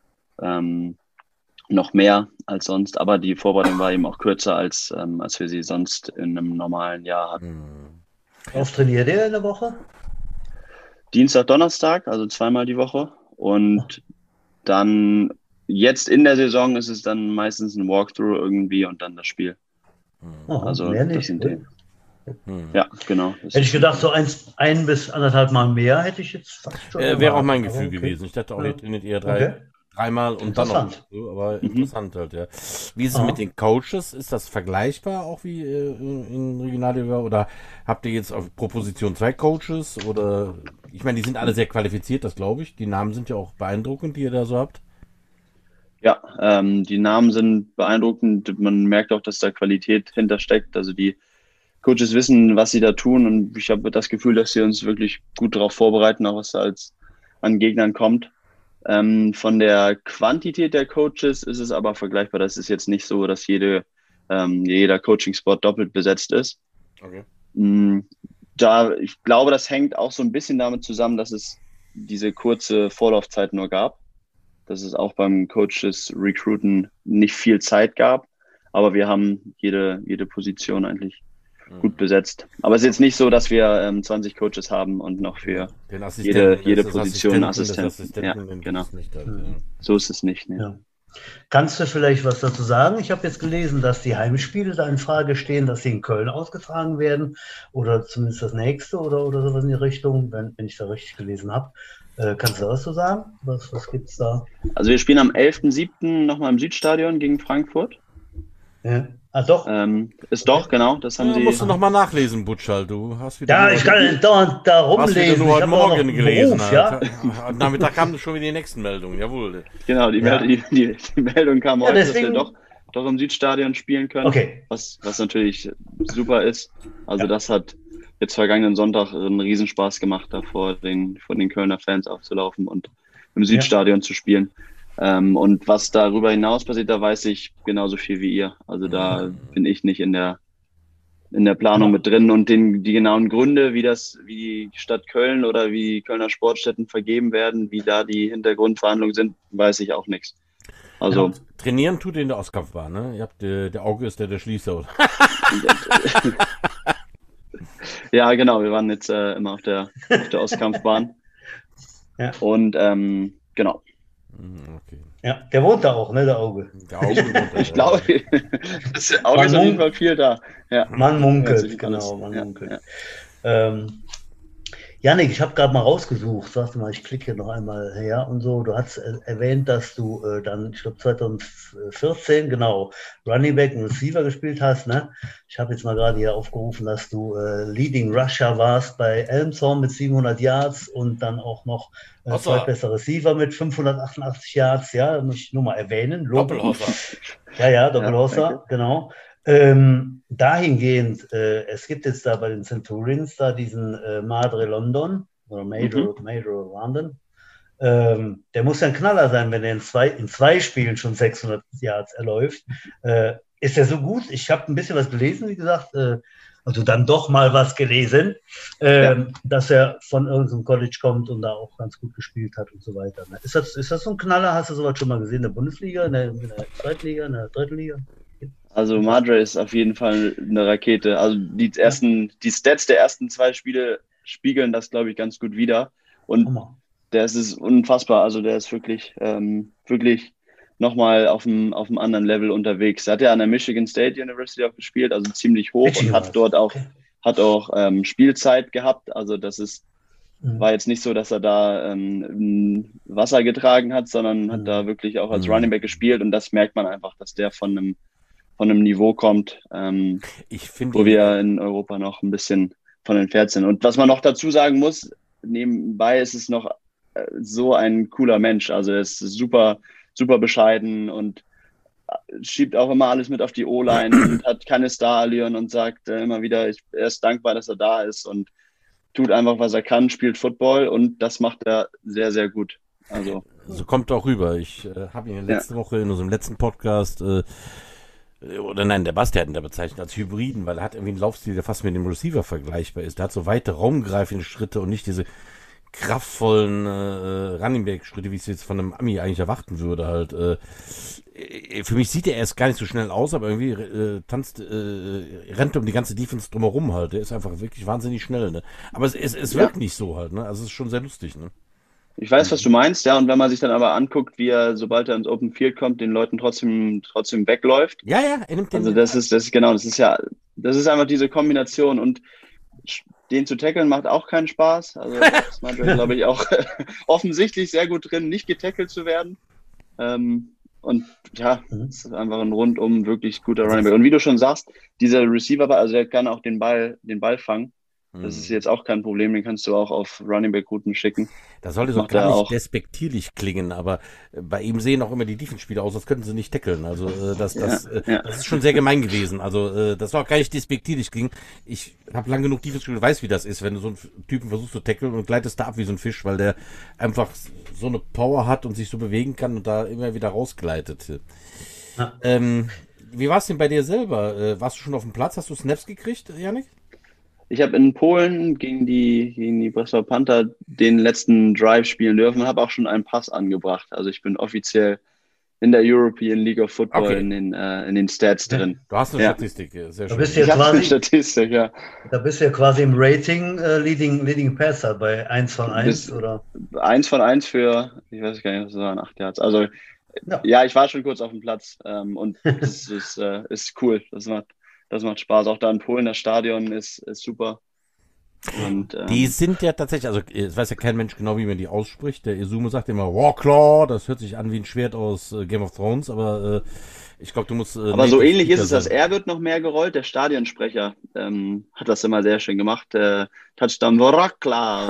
S3: noch mehr als sonst, aber die Vorbereitung war eben auch kürzer, als wir sie sonst in einem normalen Jahr hatten.
S1: Wie oft trainiert ihr in der Woche?
S3: Dienstag, Donnerstag, also 2-mal die Woche. Und dann jetzt in der Saison ist es dann meistens ein Walkthrough irgendwie und dann das Spiel. Also
S1: mehr
S3: das
S1: nicht.
S3: sind die. Ja, genau.
S1: Hätte ich gedacht, so 1 bis 1,5 Mal mehr hätte ich jetzt fast schon.
S2: Wäre auch mein Gefühl gewesen. Ich dachte auch, ihr trainiert eher 3-mal und dann noch. Aber interessant halt, ja. Wie ist es mit den Coaches? Ist das vergleichbar auch wie in Regionalliga? Oder habt ihr jetzt auf Proposition 2 Coaches? Oder ich meine, die sind alle sehr qualifiziert, das glaube ich. Die Namen sind ja auch beeindruckend, die ihr da so habt.
S3: Ja, die Namen sind beeindruckend. Man merkt auch, dass da Qualität hintersteckt. Also die Coaches wissen, was sie da tun, und ich habe das Gefühl, dass sie uns wirklich gut darauf vorbereiten, auch was da als an Gegnern kommt. Von der Quantität der Coaches ist es aber vergleichbar. Das ist jetzt nicht so, dass jeder Coaching-Spot doppelt besetzt ist.
S2: Okay.
S3: Ich glaube, das hängt auch so ein bisschen damit zusammen, dass es diese kurze Vorlaufzeit nur gab. Dass es auch beim Coaches Recruiten nicht viel Zeit gab. Aber wir haben jede Position eigentlich gut besetzt. Aber es ist jetzt nicht so, dass wir 20 Coaches haben und noch für jede Position einen Assistenten. Ja, genau. So ist es nicht. Ne? Ja.
S1: Kannst du vielleicht was dazu sagen? Ich habe jetzt gelesen, dass die Heimspiele da in Frage stehen, dass sie in Köln ausgetragen werden oder zumindest das nächste oder sowas in die Richtung, wenn ich da richtig gelesen habe. Kannst du was zu sagen? Was gibt es da?
S3: Also wir spielen am 11.07. nochmal im Südstadion gegen Frankfurt.
S1: Ja. Ah, doch.
S3: Ist doch, genau. Das haben sie.
S2: Musst du nochmal nachlesen, Butschall. Du hast wieder.
S1: Ja, ich kann dauernd da rumlesen.
S2: Hast du nur heute Morgen gelesen.
S1: Beruf, ja?
S2: Am Nachmittag kamen schon wieder die nächsten Meldungen, jawohl.
S3: Genau, die Meldung kam heute, deswegen, dass wir doch im Südstadion spielen können.
S1: Okay.
S3: Was natürlich super ist. Also das hat jetzt vergangenen Sonntag einen Riesenspaß gemacht, da vor den Kölner Fans aufzulaufen und im Südstadion zu spielen. Und was darüber hinaus passiert, da weiß ich genauso viel wie ihr. Also da bin ich nicht in der Planung mit drin, und die genauen Gründe, wie die Stadt Köln oder wie die Kölner Sportstätten vergeben werden, wie da die Hintergrundverhandlungen sind, weiß ich auch nichts. Also
S2: ja, trainieren tut ihr in der Ostkampfbahn, ne? Ihr habt der Auge ist der Schließer, oder?
S3: Ja, genau. Wir waren jetzt immer auf der Ostkampfbahn. Ja. Und genau.
S1: Okay. Ja, der wohnt da auch, ne, der Auge.
S2: Der Auge
S3: ich glaube, das Auge ist auf jeden Fall viel da. Ja.
S1: Man munkelt, genau, man munkelt. Ja. Jannik, ich habe gerade mal rausgesucht, sagst du mal, ich klicke hier noch einmal her und so. Du hast erwähnt, dass du dann, ich glaube 2014, genau, Running Back und Receiver gespielt hast, ne? Ich habe jetzt mal gerade hier aufgerufen, dass du Leading Rusher warst bei Elmshorn mit 700 Yards und dann auch noch zweitbester Receiver mit 588 Yards, ja, muss ich nur mal erwähnen.
S2: Doppelhosser.
S1: Ja, Doppelhosser, genau. Dahingehend, es gibt jetzt da bei den Centurions da diesen Madre London oder Major London. Der muss ja ein Knaller sein, wenn er in zwei Spielen schon 600 Yards erläuft. Ist er so gut? Ich habe ein bisschen was gelesen, wie gesagt, also dann doch mal was gelesen, dass er von irgendeinem College kommt und da auch ganz gut gespielt hat und so weiter. Ist das so ein Knaller? Hast du sowas schon mal gesehen in der Bundesliga, in der Zweitliga, in der dritten Liga?
S3: Also Madre ist auf jeden Fall eine Rakete. Also die Stats der ersten 2 Spiele spiegeln das, glaube ich, ganz gut wider. Und der ist unfassbar. Also der ist wirklich nochmal auf einem anderen Level unterwegs. Er hat ja an der Michigan State University auch gespielt, also ziemlich hoch, und hat dort auch Spielzeit gehabt. Also das war jetzt nicht so, dass er da Wasser getragen hat, sondern hat da wirklich auch als Running Back gespielt, und das merkt man einfach, dass der von einem Niveau kommt, wo wir in Europa noch ein bisschen von entfernt sind. Und was man noch dazu sagen muss, nebenbei ist es noch so ein cooler Mensch. Also er ist super, super bescheiden und schiebt auch immer alles mit auf die O-Line und hat keine Star-Allüren und sagt immer wieder, er ist dankbar, dass er da ist, und tut einfach, was er kann, spielt Football, und das macht er sehr, sehr gut. Also
S2: so kommt er auch rüber. Ich habe ihn letzte Woche in unserem letzten Podcast oder nein, der Basti hat ihn da bezeichnet als Hybriden, weil er hat irgendwie einen Laufstil, der fast mit dem Receiver vergleichbar ist. Der hat so weite, raumgreifende Schritte und nicht diese kraftvollen Running Back Schritte, wie ich es jetzt von einem Ami eigentlich erwarten würde halt. Für mich sieht er erst gar nicht so schnell aus, aber irgendwie rennt um die ganze Defense drumherum halt. Der ist einfach wirklich wahnsinnig schnell, ne? Aber es wirkt nicht so halt, ne? Also es ist schon sehr lustig, ne?
S3: Ich weiß, was du meinst, ja. Und wenn man sich dann aber anguckt, wie er, sobald er ins Open Field kommt, den Leuten trotzdem wegläuft.
S2: Ja, er nimmt den.
S3: Also das ist einfach diese Kombination. Und den zu tackeln macht auch keinen Spaß. Also das macht er, glaube ich, auch offensichtlich sehr gut drin, nicht getackelt zu werden. Und ja, es ist einfach ein rundum wirklich guter Running Back. Und wie du schon sagst, dieser Receiver, also der kann auch den Ball fangen. Das ist jetzt auch kein Problem, den kannst du auch auf Running Back Routen schicken.
S2: Das sollte doch gar nicht despektierlich klingen, aber bei ihm sehen auch immer die Defense-Spieler aus, als könnten sie nicht tackeln. Also das ist schon sehr gemein gewesen. Also das soll auch gar nicht despektierlich klingen. Ich habe lang genug Defense-Spieler, weiß, wie das ist, wenn du so einen Typen versuchst zu tackeln und gleitest da ab wie so ein Fisch, weil der einfach so eine Power hat und sich so bewegen kann und da immer wieder rausgleitet. Ja. Wie war es denn bei dir selber? Warst du schon auf dem Platz? Hast du Snaps gekriegt, Yannick?
S3: Ich habe in Polen gegen die Breslau Panther den letzten Drive spielen dürfen und habe auch schon einen Pass angebracht. Also ich bin offiziell in der European League of Football in den Stats drin.
S2: Du hast eine Statistik, sehr schön.
S3: Ich habe eine Statistik, ja.
S1: Da bist du ja quasi im Rating Leading Passer bei 1 von 1, oder?
S3: 1 von 1 für, ich weiß gar nicht, was das waren, 8 Yards. Also ja, ich war schon kurz auf dem Platz und das ist cool. Das macht Spaß. Auch da in Polen, das Stadion ist super. Und,
S2: die sind ja tatsächlich, also es weiß ja kein Mensch genau, wie man die ausspricht. Der Izumo sagt immer Warclaw, das hört sich an wie ein Schwert aus Game of Thrones, aber ich glaube, du musst...
S3: aber so ähnlich ist es, das R wird noch mehr gerollt. Der Stadionsprecher hat das immer sehr schön gemacht. Touchdown Warclaw.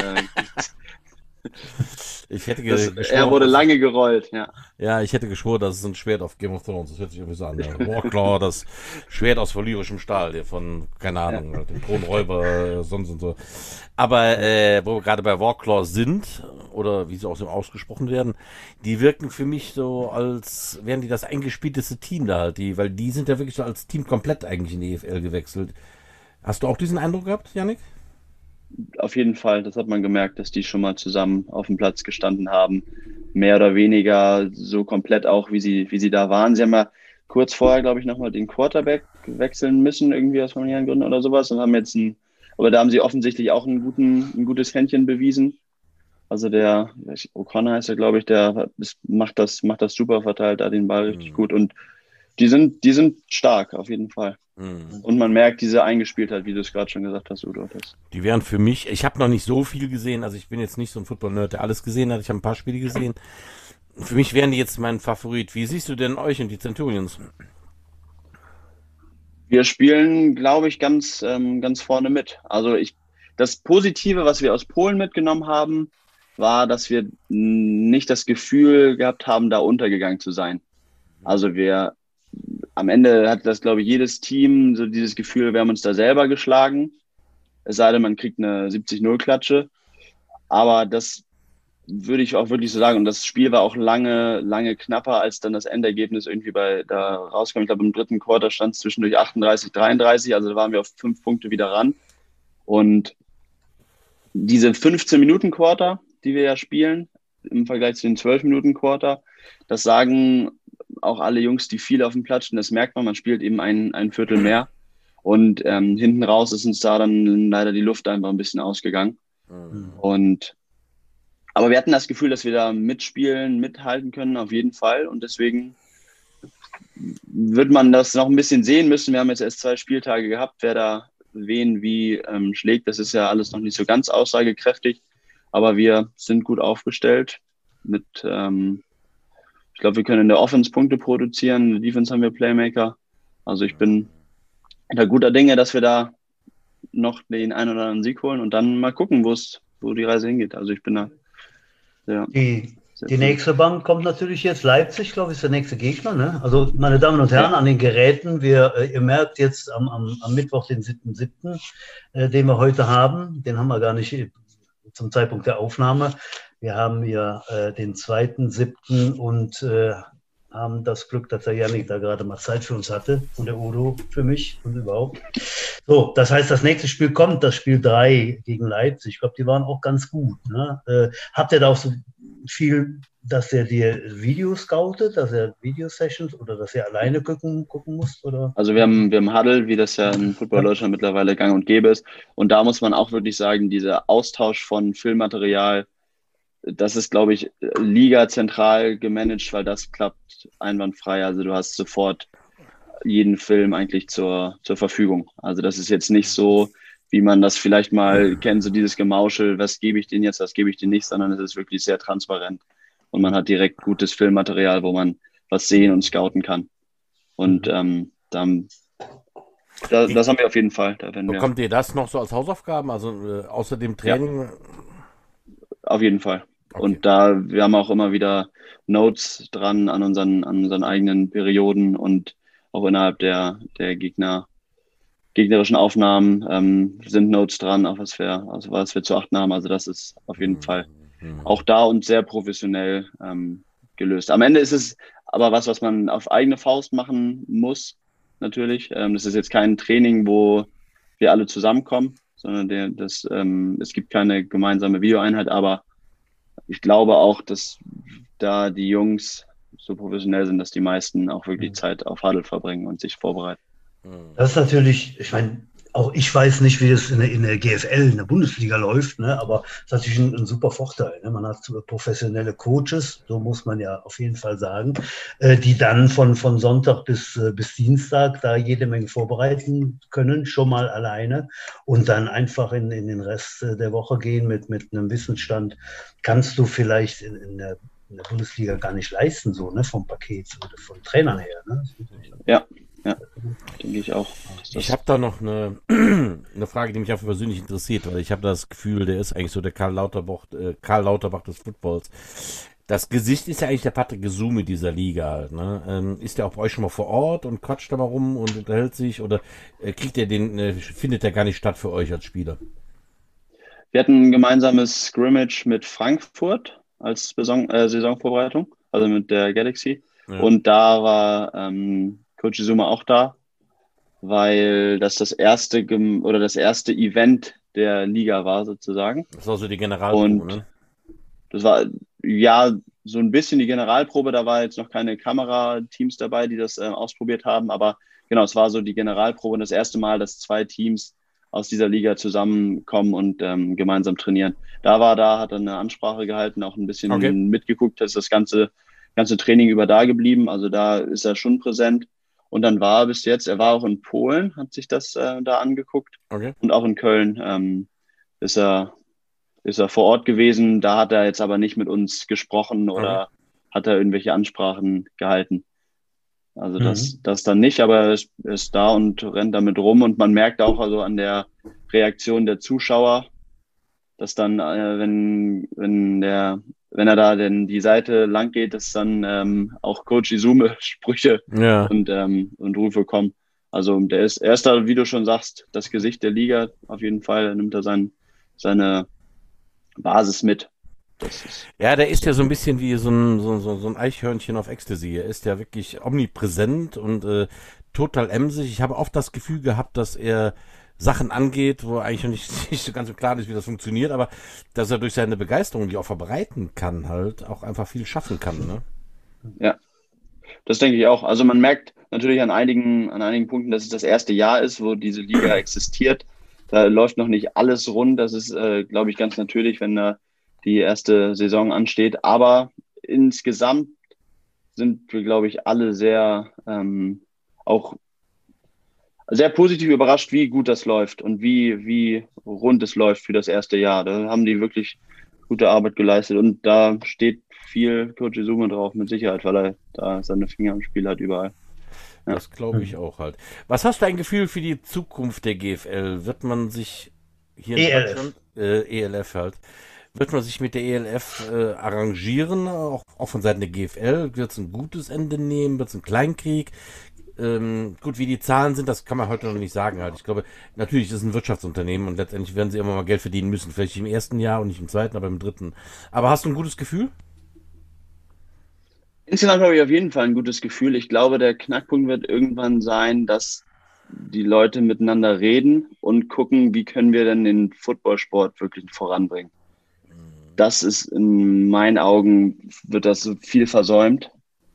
S3: Ich hätte geschworen, er wurde lange gerollt, ja.
S2: Ja, ich hätte geschworen, das ist ein Schwert auf Game of Thrones. Das hört sich irgendwie so an. Ja. Warclaw, das Schwert aus valyrischem Stahl, hier von, keine Ahnung, dem Thronräuber, sonst und so. Aber wo wir gerade bei Warclaw sind, oder wie sie auch so ausgesprochen werden, die wirken für mich so, als wären die das eingespielteste Team da halt, weil die sind ja wirklich so als Team komplett eigentlich in die EFL gewechselt. Hast du auch diesen Eindruck gehabt, Yannick?
S3: Auf jeden Fall, das hat man gemerkt, dass die schon mal zusammen auf dem Platz gestanden haben. Mehr oder weniger so komplett auch, wie sie da waren. Sie haben ja kurz vorher, glaube ich, nochmal den Quarterback wechseln müssen, irgendwie aus familiären Gründen oder sowas. Und haben jetzt aber da haben sie offensichtlich auch ein gutes Händchen bewiesen. Also der O'Connor heißt ja, glaube ich, der macht das super, verteilt da den Ball richtig gut. Und die sind stark, auf jeden Fall. Und man merkt diese Eingespieltheit, wie du es gerade schon gesagt hast, Udo.
S2: Die wären für mich, ich habe noch nicht so viel gesehen, also ich bin jetzt nicht so ein Football-Nerd, der alles gesehen hat, ich habe ein paar Spiele gesehen. Für mich wären die jetzt mein Favorit. Wie siehst du denn euch und die Centurions?
S3: Wir spielen, glaube ich, ganz vorne mit. Also das Positive, was wir aus Polen mitgenommen haben, war, dass wir nicht das Gefühl gehabt haben, da untergegangen zu sein. Also am Ende hatte das, glaube ich, jedes Team so dieses Gefühl, wir haben uns da selber geschlagen. Es sei denn, man kriegt eine 70-0-Klatsche. Aber das würde ich auch wirklich so sagen. Und das Spiel war auch lange knapper, als dann das Endergebnis irgendwie da rauskam. Ich glaube, im dritten Quarter stand es zwischendurch 38-33. Also da waren wir auf 5 Punkte wieder ran. Und diese 15-Minuten-Quarter, die wir ja spielen, im Vergleich zu den 12-Minuten-Quarter, das sagen auch alle Jungs, die viel auf dem Platz stehen, das merkt man spielt eben ein Viertel mehr. Und hinten raus ist uns da dann leider die Luft einfach ein bisschen ausgegangen. Aber wir hatten das Gefühl, dass wir da mithalten können, auf jeden Fall. Und deswegen wird man das noch ein bisschen sehen müssen. Wir haben jetzt erst 2 Spieltage gehabt, wer da wen wie schlägt. Das ist ja alles noch nicht so ganz aussagekräftig. Aber wir sind gut aufgestellt mit... ich glaube, wir können in der Offense Punkte produzieren, in der Defense haben wir Playmaker. Also ich bin da guter Dinge, dass wir da noch den einen oder anderen Sieg holen und dann mal gucken, wo die Reise hingeht. Also ich bin da. Ja,
S1: die nächste Bank kommt natürlich jetzt. Leipzig, glaube ich, ist der nächste Gegner. Ne? Also meine Damen und Herren, an den Geräten, ihr merkt jetzt am Mittwoch, den 7.7., den wir heute haben, den haben wir gar nicht zum Zeitpunkt der Aufnahme. Wir haben ja den 2.7. und haben das Glück, dass der Yannick da gerade mal Zeit für uns hatte und der Udo für mich und überhaupt. So, das heißt, das nächste Spiel kommt, das Spiel 3 gegen Leipzig. Ich glaube, die waren auch ganz gut. Ne? Habt ihr da auch so viel, dass er dir Videos scoutet, dass er Video-Sessions oder dass er alleine gucken muss? Oder?
S3: Also wir haben Huddle, wie das ja in Football Deutschland mittlerweile gang und gäbe ist. Und da muss man auch wirklich sagen, dieser Austausch von Filmmaterial, das ist, glaube ich, Liga zentral gemanagt, weil das klappt einwandfrei. Also du hast sofort jeden Film eigentlich zur Verfügung. Also das ist jetzt nicht so, wie man das vielleicht mal kennt, so dieses Gemauschel, was gebe ich denen jetzt, was gebe ich denen nicht, sondern es ist wirklich sehr transparent. Und man hat direkt gutes Filmmaterial, wo man was sehen und scouten kann. Und das haben wir auf jeden Fall.
S2: Bekommt ihr das noch so als Hausaufgaben, also außer dem Training?
S3: Ja, auf jeden Fall. Okay. Und wir haben auch immer wieder Notes dran an unseren eigenen Perioden und auch innerhalb der gegnerischen Aufnahmen sind Notes dran, auf was wir zu achten haben. Also das ist auf jeden Fall auch da und sehr professionell gelöst. Am Es ist aber was man auf eigene Faust machen muss, natürlich. Das ist jetzt kein Training, wo wir alle zusammenkommen, sondern es gibt keine gemeinsame Videoeinheit, aber ich glaube auch, dass da die Jungs so professionell sind, dass die meisten auch wirklich Zeit auf Huddle verbringen und sich vorbereiten.
S1: Das ist natürlich, ich meine, auch ich weiß nicht, wie das in der GFL, in der Bundesliga läuft, ne? Aber das ist natürlich ein super Vorteil. Ne? Man hat professionelle Coaches, so muss man ja auf jeden Fall sagen, die dann von Sonntag bis Dienstag da jede Menge vorbereiten können, schon mal alleine und dann einfach in den Rest der Woche gehen mit einem Wissensstand, kannst du vielleicht in der Bundesliga gar nicht leisten, so, ne? Vom Paket oder von Trainern her. Ne?
S3: Ja, denke ich auch.
S2: Ich habe da noch eine Frage, die mich auch persönlich interessiert, weil ich habe das Gefühl, der ist eigentlich so der Karl Lauterbach des Footballs. Das Gesicht ist ja eigentlich der Patrick Gesume dieser Liga halt, ne? Ist der auch bei euch schon mal vor Ort und quatscht da mal rum und unterhält sich oder findet der gar nicht statt für euch als Spieler?
S3: Wir hatten ein gemeinsames Scrimmage mit Frankfurt als Saisonvorbereitung, also mit der Galaxy. Ja. Und da war Coach Izuma auch da, weil das erste Event der Liga war sozusagen.
S2: Das war so die Generalprobe, und ne?
S3: Das war ja so ein bisschen die Generalprobe, da war jetzt noch keine Kamerateams dabei, die das ausprobiert haben, aber genau, es war so die Generalprobe und das erste Mal, dass 2 Teams aus dieser Liga zusammenkommen und gemeinsam trainieren. Hat er eine Ansprache gehalten, auch ein bisschen mitgeguckt, dass das ganze Training über da geblieben, also da ist er schon präsent. Und dann war er war auch in Polen, hat sich das da angeguckt. Okay. Und auch in Köln ist er vor Ort gewesen. Da hat er jetzt aber nicht mit uns gesprochen oder hat er irgendwelche Ansprachen gehalten. Also das dann nicht, aber er ist da und rennt damit rum. Und man merkt auch also an der Reaktion der Zuschauer, dass dann, wenn er da denn die Seite lang geht, dass dann auch Coach Izuma Sprüche und Rufe kommen. Also er ist da, wie du schon sagst, das Gesicht der Liga. Auf jeden Fall nimmt er seine Basis mit.
S2: Ja, der ist ja so ein bisschen wie so ein Eichhörnchen auf Ecstasy. Er ist ja wirklich omnipräsent und total emsig. Ich habe oft das Gefühl gehabt, dass er Sachen angeht, wo eigentlich noch nicht so ganz so klar ist, wie das funktioniert, aber dass er durch seine Begeisterung, die auch verbreiten kann, halt auch einfach viel schaffen kann, ne?
S3: Ja, das denke ich auch. Also man merkt natürlich an einigen Punkten, dass es das erste Jahr ist, wo diese Liga existiert. Da läuft noch nicht alles rund. Das ist, glaube ich, ganz natürlich, wenn da die erste Saison ansteht. Aber insgesamt sind wir, glaube ich, alle sehr auch sehr positiv überrascht, wie gut das läuft und wie rund es läuft für das erste Jahr. Da haben die wirklich gute Arbeit geleistet und da steht viel Coach Izuma drauf, mit Sicherheit, weil er da seine Finger im Spiel hat überall.
S2: Ja. Das glaube ich auch halt. Was hast du ein Gefühl für die Zukunft der GFL? Wird man sich hier in Deutschland, ELF halt, wird man sich mit der ELF arrangieren, auch von Seiten der GFL? Wird es ein gutes Ende nehmen? Wird es ein Kleinkrieg? Gut, wie die Zahlen sind, das kann man heute noch nicht sagen halt. Ich glaube, natürlich ist es ein Wirtschaftsunternehmen und letztendlich werden sie immer mal Geld verdienen müssen. Vielleicht nicht im ersten Jahr und nicht im zweiten, aber im dritten. Aber hast du ein gutes Gefühl?
S3: Insgesamt habe ich auf jeden Fall ein gutes Gefühl. Ich glaube, der Knackpunkt wird irgendwann sein, dass die Leute miteinander reden und gucken, wie können wir denn den Footballsport wirklich voranbringen. Das ist in meinen Augen, wird das so viel versäumt.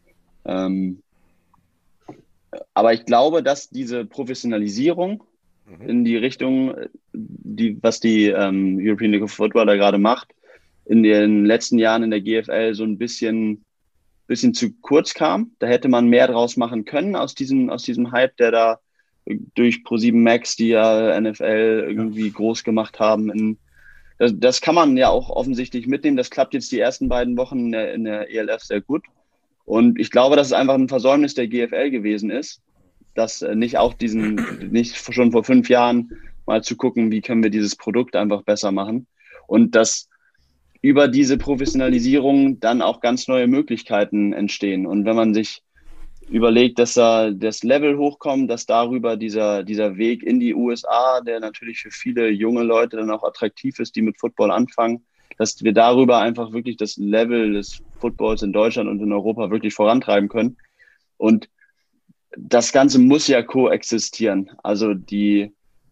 S3: Aber ich glaube, dass diese Professionalisierung in die Richtung, was die European League of Football da gerade macht, in den letzten Jahren in der GFL so ein bisschen zu kurz kam. Da hätte man mehr draus machen können aus diesem Hype, der da durch Pro7 Max, die ja NFL irgendwie groß gemacht haben. Das kann man ja auch offensichtlich mitnehmen. Das klappt jetzt die ersten beiden Wochen in der ELF sehr gut. Und ich glaube, dass es einfach ein Versäumnis der GFL gewesen ist, dass nicht schon vor 5 Jahren mal zu gucken, wie können wir dieses Produkt einfach besser machen. Und dass über diese Professionalisierung dann auch ganz neue Möglichkeiten entstehen. Und wenn man sich überlegt, dass da das Level hochkommt, dass darüber dieser Weg in die USA, der natürlich für viele junge Leute dann auch attraktiv ist, die mit Football anfangen, dass wir darüber einfach wirklich das Level des Footballs in Deutschland und in Europa wirklich vorantreiben können. Und das Ganze muss ja koexistieren. Also die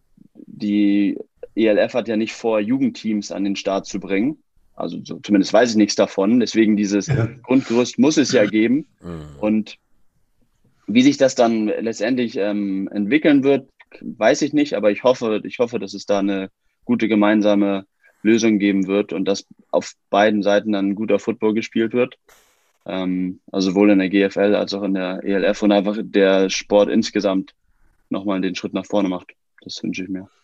S3: ELF hat ja nicht vor, Jugendteams an den Start zu bringen. Also zumindest weiß ich nichts davon. Deswegen dieses Grundgerüst muss es ja geben. Und wie sich das dann letztendlich entwickeln wird, weiß ich nicht. Aber ich hoffe, dass es da eine gute gemeinsame Lösung geben wird und dass auf beiden Seiten dann ein guter Football gespielt wird. Also sowohl in der GFL als auch in der ELF und einfach der Sport insgesamt nochmal den Schritt nach vorne macht. Das wünsche ich mir.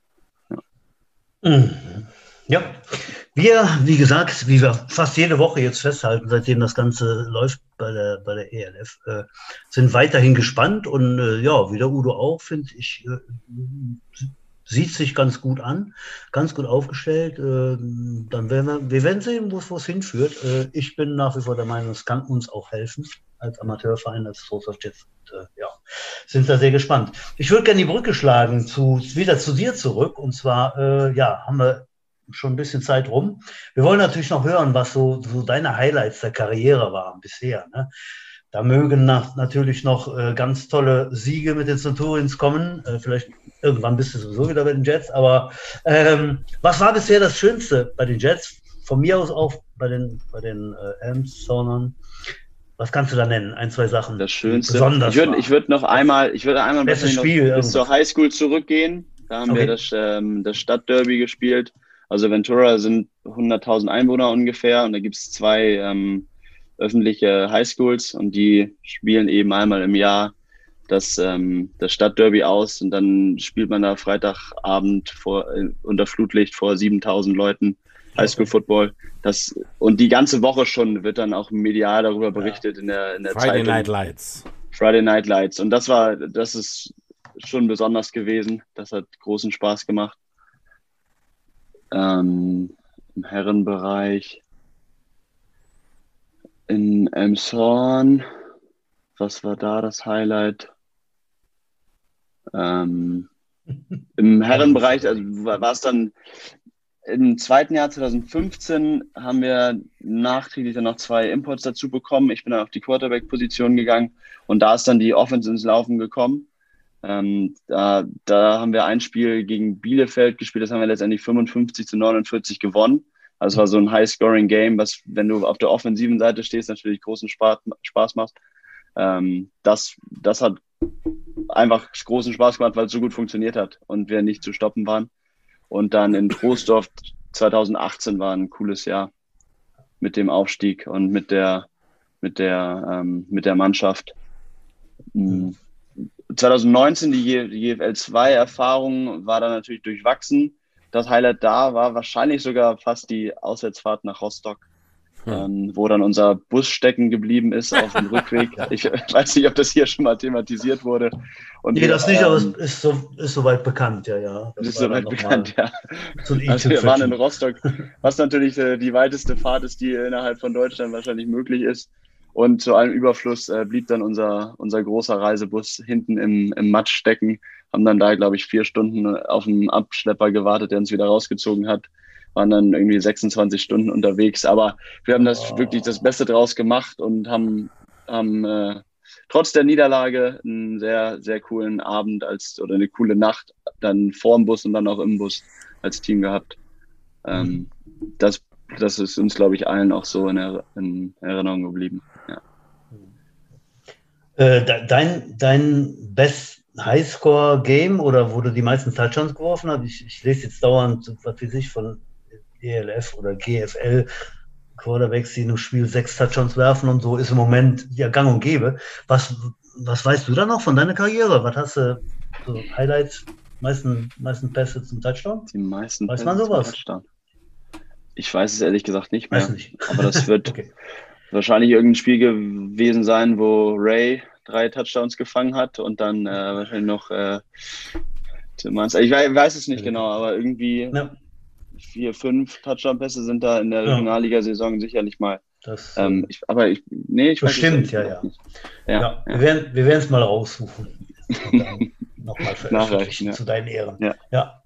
S1: Ja. Ja, wir, wie gesagt, wie wir fast jede Woche jetzt festhalten, seitdem das Ganze läuft bei der ELF, sind weiterhin gespannt und ja, wie der Udo auch, finde ich, sieht sich ganz gut an, ganz gut aufgestellt. Dann wir werden sehen, wo es hinführt. Ich bin nach wie vor der Meinung, es kann uns auch helfen als Amateurverein, als Trost of Jets. Ja, sind da sehr gespannt. Ich würde gerne die Brücke schlagen wieder zu dir zurück. Und zwar, ja, haben wir schon ein bisschen Zeit rum. Wir wollen natürlich noch hören, was so deine Highlights der Karriere waren bisher. Ne? Da mögen natürlich noch ganz tolle Siege mit den Centurions kommen. Vielleicht irgendwann bist du sowieso wieder bei den Jets. Aber was war bisher das Schönste bei den Jets? Von mir aus auch bei den Elmshornern. Was kannst du da nennen? 1, 2 Sachen.
S3: Das Schönste.
S1: Besonders
S3: ich würde einmal
S1: Spiel
S3: bis zur Highschool zurückgehen. Da haben wir das Stadtderby gespielt. Also Ventura sind 100.000 Einwohner ungefähr und da gibt es 2 öffentliche Highschools und die spielen eben einmal im Jahr das Stadtderby aus und dann spielt man da Freitagabend unter Flutlicht vor 7.000 Leuten Highschool-Football. Und die ganze Woche schon wird dann auch medial darüber berichtet in der
S2: Friday
S3: Zeitung.
S2: Friday
S3: Night Lights. Und das ist schon besonders gewesen. Das hat großen Spaß gemacht. Im Herrenbereich in Elmshorn. Was war da das Highlight? Im Herrenbereich, also war es dann im zweiten Jahr 2015 haben wir nachträglich dann noch 2 Imports dazu bekommen. Ich bin dann auf die Quarterback-Position gegangen und da ist dann die Offense ins Laufen gekommen. Da haben wir ein Spiel gegen Bielefeld gespielt, das haben wir letztendlich 55-49 gewonnen. Also es war so ein High-Scoring-Game, was, wenn du auf der offensiven Seite stehst, natürlich großen Spaß macht. Das hat einfach großen Spaß gemacht, weil es so gut funktioniert hat und wir nicht zu stoppen waren. Und dann in Troisdorf 2018 war ein cooles Jahr mit dem Aufstieg und mit der Mannschaft. 2019 die GFL 2 Erfahrung war dann natürlich durchwachsen. Das Highlight da war wahrscheinlich sogar fast die Auswärtsfahrt nach Rostock, wo dann unser Bus stecken geblieben ist auf dem Rückweg. Ich weiß nicht, ob das hier schon mal thematisiert wurde. Und
S1: nee, das nicht, aber es ist soweit bekannt, ja.
S3: Das ist soweit bekannt, ja. Also wir waren in Rostock, was natürlich die weiteste Fahrt ist, die innerhalb von Deutschland wahrscheinlich möglich ist. Und zu allem Überfluss blieb dann unser großer Reisebus hinten im Matsch stecken. Haben dann da, glaube ich, 4 Stunden auf einen Abschlepper gewartet, der uns wieder rausgezogen hat. waren dann irgendwie 26 Stunden unterwegs. Aber wir haben wirklich das Beste draus gemacht und haben trotz der Niederlage einen sehr, sehr coolen Abend oder eine coole Nacht dann vor dem Bus und dann auch im Bus als Team gehabt. Das ist uns, glaube ich, allen auch so in Erinnerung geblieben. Ja.
S1: Dein Best Highscore-Game oder wo du die meisten Touchdowns geworfen hast, ich lese jetzt dauernd, was weiß ich, von ELF oder GFL, Quarterbacks, die im Spiel 6 Touchdowns werfen und so, ist im Moment ja gang und gäbe. Was weißt du da noch von deiner Karriere? Was hast du, so Highlights, meisten Pässe zum Touchdown?
S3: Die meisten
S1: Weiß man sowas?
S3: zum Touchdown. Ich weiß es ehrlich gesagt nicht mehr.
S1: Weiß nicht.
S3: Aber das wird
S1: okay.
S3: wahrscheinlich irgendein Spiel gewesen sein, wo Ray 3 Touchdowns gefangen hat und dann wahrscheinlich noch Timmons. Ich weiß es nicht genau, aber irgendwie 4, 5 Touchdown-Pässe sind da in der Regionalliga-Saison sicherlich mal. Ich weiß
S1: bestimmt, ja. Wir werden es mal raussuchen. Und dann nochmal veröffentlichen zu deinen Ehren. Ja.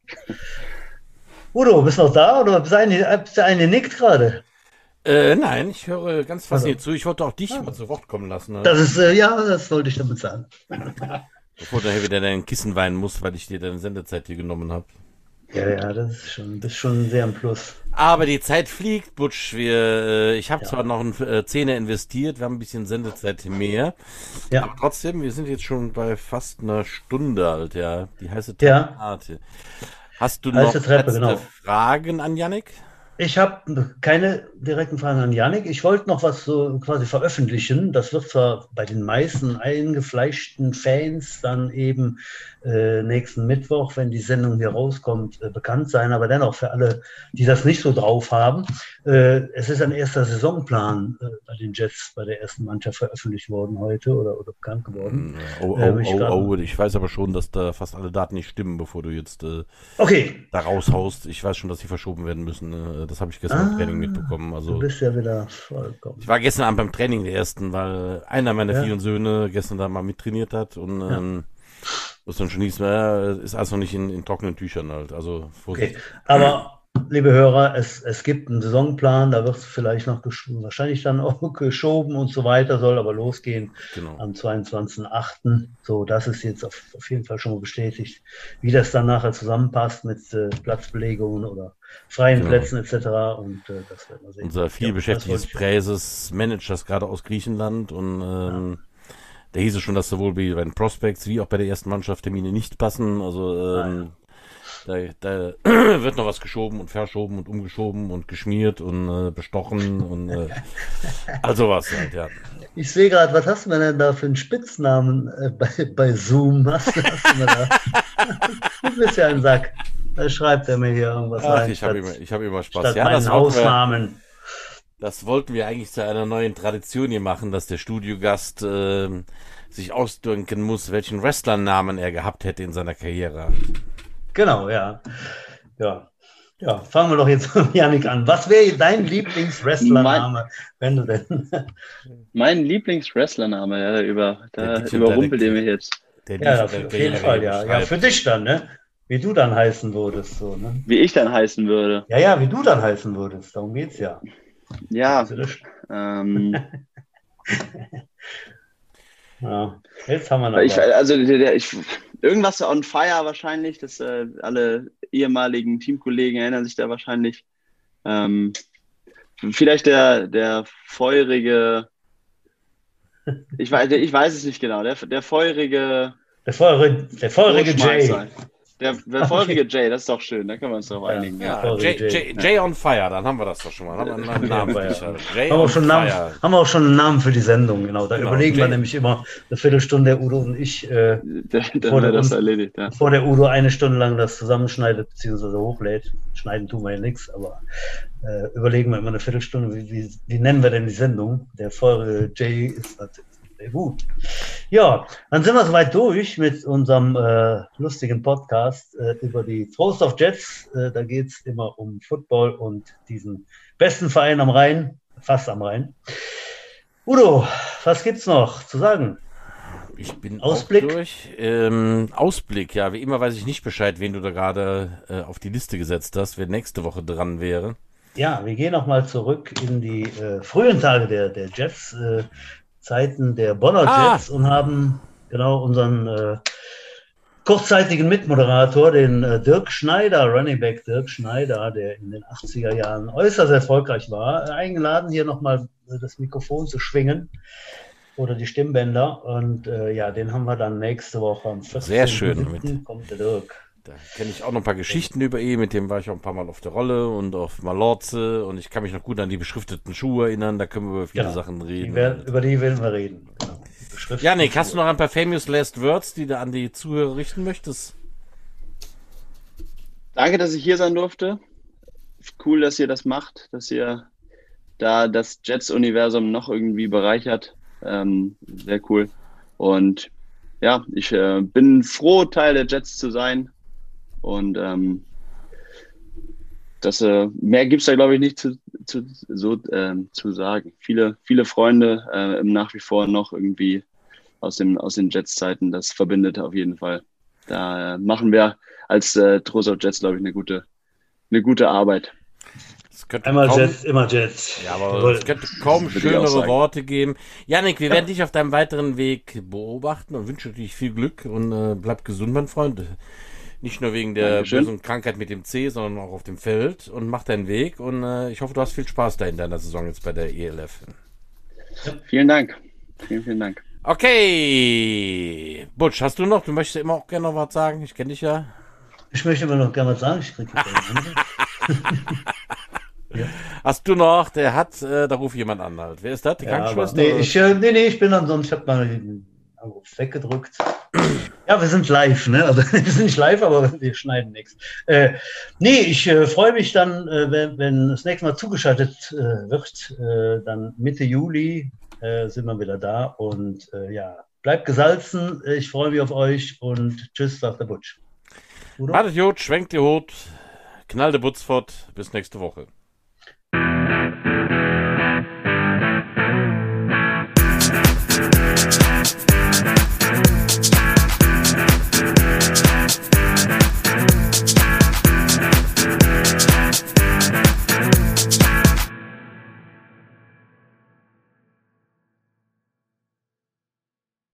S1: Udo, bist du noch da oder bist du eine nickt gerade?
S2: Nein, ich höre ganz fasziniert zu. Ich wollte auch dich mal zu Wort kommen lassen. Ne?
S1: Das ist, das wollte ich damit sagen.
S2: Bevor du nachher wieder dein Kissen weinen musst, weil ich dir deine Sendezeit hier genommen habe.
S1: Ja, das ist schon sehr ein Plus.
S2: Aber die Zeit fliegt, Butsch. Ich habe zwar noch einen Zehner investiert, wir haben ein bisschen Sendezeit mehr. Ja. Aber trotzdem, wir sind jetzt schon bei fast einer Stunde alt, ja. Die heiße Treppe. Hast du noch Fragen an Yannick?
S1: Ich habe keine direkten Fragen an Yannick. Ich wollte noch was so quasi veröffentlichen. Das wird zwar bei den meisten eingefleischten Fans dann eben nächsten Mittwoch, wenn die Sendung hier rauskommt, bekannt sein, aber dennoch für alle, die das nicht so drauf haben. Es ist ein erster Saisonplan bei den Jets, bei der ersten Mannschaft veröffentlicht worden heute oder bekannt geworden.
S2: Ich weiß aber schon, dass da fast alle Daten nicht stimmen, bevor du jetzt
S1: da
S2: raushaust. Ich weiß schon, dass sie verschoben werden müssen. Das habe ich gestern im Training mitbekommen. Also,
S1: du bist ja wieder vollkommen.
S2: Ich war gestern Abend beim Training der ersten, weil einer meiner 4 Söhne gestern da mal mittrainiert hat und was dann schon hieß, ist also nicht in trockenen Tüchern halt. Also Vorsicht.
S1: Okay. Aber liebe Hörer, es gibt einen Saisonplan, da wird es vielleicht noch wahrscheinlich dann auch geschoben und so weiter, soll aber losgehen am 22.08. So, das ist jetzt auf jeden Fall schon mal bestätigt, wie das dann nachher zusammenpasst mit Platzbelegungen oder freien Plätzen etc. Und das werden wir sehen.
S2: Unser vielbeschäftigtes Präses Managers gerade aus Griechenland und da hieß es schon, dass sowohl bei den Prospects wie auch bei der ersten Mannschaft Termine nicht passen. Also da wird noch was geschoben und verschoben und umgeschoben und geschmiert und bestochen und also was halt, ja.
S1: Ich sehe gerade, was hast du denn da für einen Spitznamen bei Zoom? Hast du da? Du bist ja ein Sack. Da schreibt er mir hier irgendwas rein.
S2: Ich habe immer Spaß.
S1: Statt meinen Hausnamen.
S2: Das wollten wir eigentlich zu einer neuen Tradition hier machen, dass der Studiogast sich ausdenken muss, welchen Wrestlernamen er gehabt hätte in seiner Karriere.
S1: Genau, ja. Fangen wir doch jetzt mit Yannick an. Was wäre dein Lieblingswrestlername, wenn du denn?
S3: Mein Lieblingswrestlername, überrumpelt ihr mich jetzt.
S1: Auf jeden Fall, ja. Für dich dann, ne? Wie du dann heißen würdest. So, ne?
S3: Wie ich dann heißen würde.
S1: Ja, wie du dann heißen würdest. Darum geht's ja.
S3: Ja.
S1: Jetzt haben wir noch
S3: irgendwas on fire wahrscheinlich, dass alle ehemaligen Teamkollegen erinnern sich da wahrscheinlich. Vielleicht der feurige, ich weiß es nicht genau, der feurige
S1: Jay.
S3: Der feurige Jay, das ist doch schön, da können wir uns drauf einigen.
S2: Ja. Jay on Fire, dann haben wir das doch schon mal. Haben wir einen Namen für dich.
S1: Haben wir auch schon einen Namen für die Sendung, genau. Da überlegen wir nämlich immer eine Viertelstunde, der Udo und ich, bevor der Udo eine Stunde lang das zusammenschneidet bzw. hochlädt. Schneiden tun wir ja nichts, aber überlegen wir immer eine Viertelstunde, wie nennen wir denn die Sendung? Der feurige Jay ist natürlich sehr gut. Ja, dann sind wir soweit durch mit unserem lustigen Podcast über die Toast of Jets. Da geht es immer um Football und diesen besten Verein am Rhein, fast am Rhein. Udo, was gibt's noch zu sagen?
S2: Ich bin
S1: Ausblick?
S2: auch durch. Ausblick, ja, wie immer weiß ich nicht Bescheid, wen du da gerade auf die Liste gesetzt hast, wer nächste Woche dran wäre.
S1: Ja, wir gehen nochmal zurück in die frühen Tage der Jets, Zeiten der Bonner Jets und haben genau unseren kurzzeitigen Mitmoderator, den Dirk Schneider, Running Back Dirk Schneider, der in den 80er Jahren äußerst erfolgreich war, eingeladen, hier nochmal das Mikrofon zu schwingen oder die Stimmbänder. Und ja, den haben wir dann nächste Woche am 14.
S2: Sehr schön.
S1: Kommt der Dirk.
S2: Da kenne ich auch noch ein paar Geschichten über ihn, mit dem war ich auch ein paar Mal auf der Rolle und auf Malorze und ich kann mich noch gut an die beschrifteten Schuhe erinnern, da können wir über viele Sachen reden.
S1: Über die werden wir reden. Genau.
S2: Janik, hast du noch ein paar famous last words, die du an die Zuhörer richten möchtest?
S3: Danke, dass ich hier sein durfte. Cool, dass ihr das macht, dass ihr da das Jets-Universum noch irgendwie bereichert. Sehr cool. Und ja, ich bin froh, Teil der Jets zu sein. Und mehr gibt es da, glaube ich, nicht zu sagen. Viele Freunde nach wie vor noch irgendwie aus den Jets-Zeiten. Das verbindet auf jeden Fall. Da machen wir als Trosau Jets, glaube ich, eine gute Arbeit.
S1: Einmal Jets, immer Jets.
S2: Ja, aber es könnte kaum schönere Worte geben. Janik, wir werden dich auf deinem weiteren Weg beobachten und wünschen dir viel Glück und bleib gesund, mein Freund. Nicht nur wegen der bösen Krankheit mit dem C, sondern auch auf dem Feld und mach deinen Weg und ich hoffe, du hast viel Spaß da in deiner Saison jetzt bei der ELF.
S3: Ja. Vielen Dank. Vielen Dank.
S2: Okay. Butch, hast du noch? Du möchtest immer auch gerne noch was sagen. Ich kenne dich ja.
S1: Ich möchte immer noch gerne was sagen. Ich kriege
S2: ja. Hast du noch? Der hat, da ruft jemand an halt. Wer ist das? Die Krankenschwester?
S1: Nee, ich bin ansonsten, ich habe mal den Anruf weggedrückt. Ja, wir sind live, ne? Also wir sind nicht live, aber wir schneiden nichts. Ich freue mich dann, wenn das nächste Mal zugeschaltet wird, dann Mitte Juli sind wir wieder da und bleibt gesalzen. Ich freue mich auf euch und tschüss, sagt der Butch.
S2: Wartet gut, schwenkt die Hut, knallt der Butz fort. Bis nächste Woche.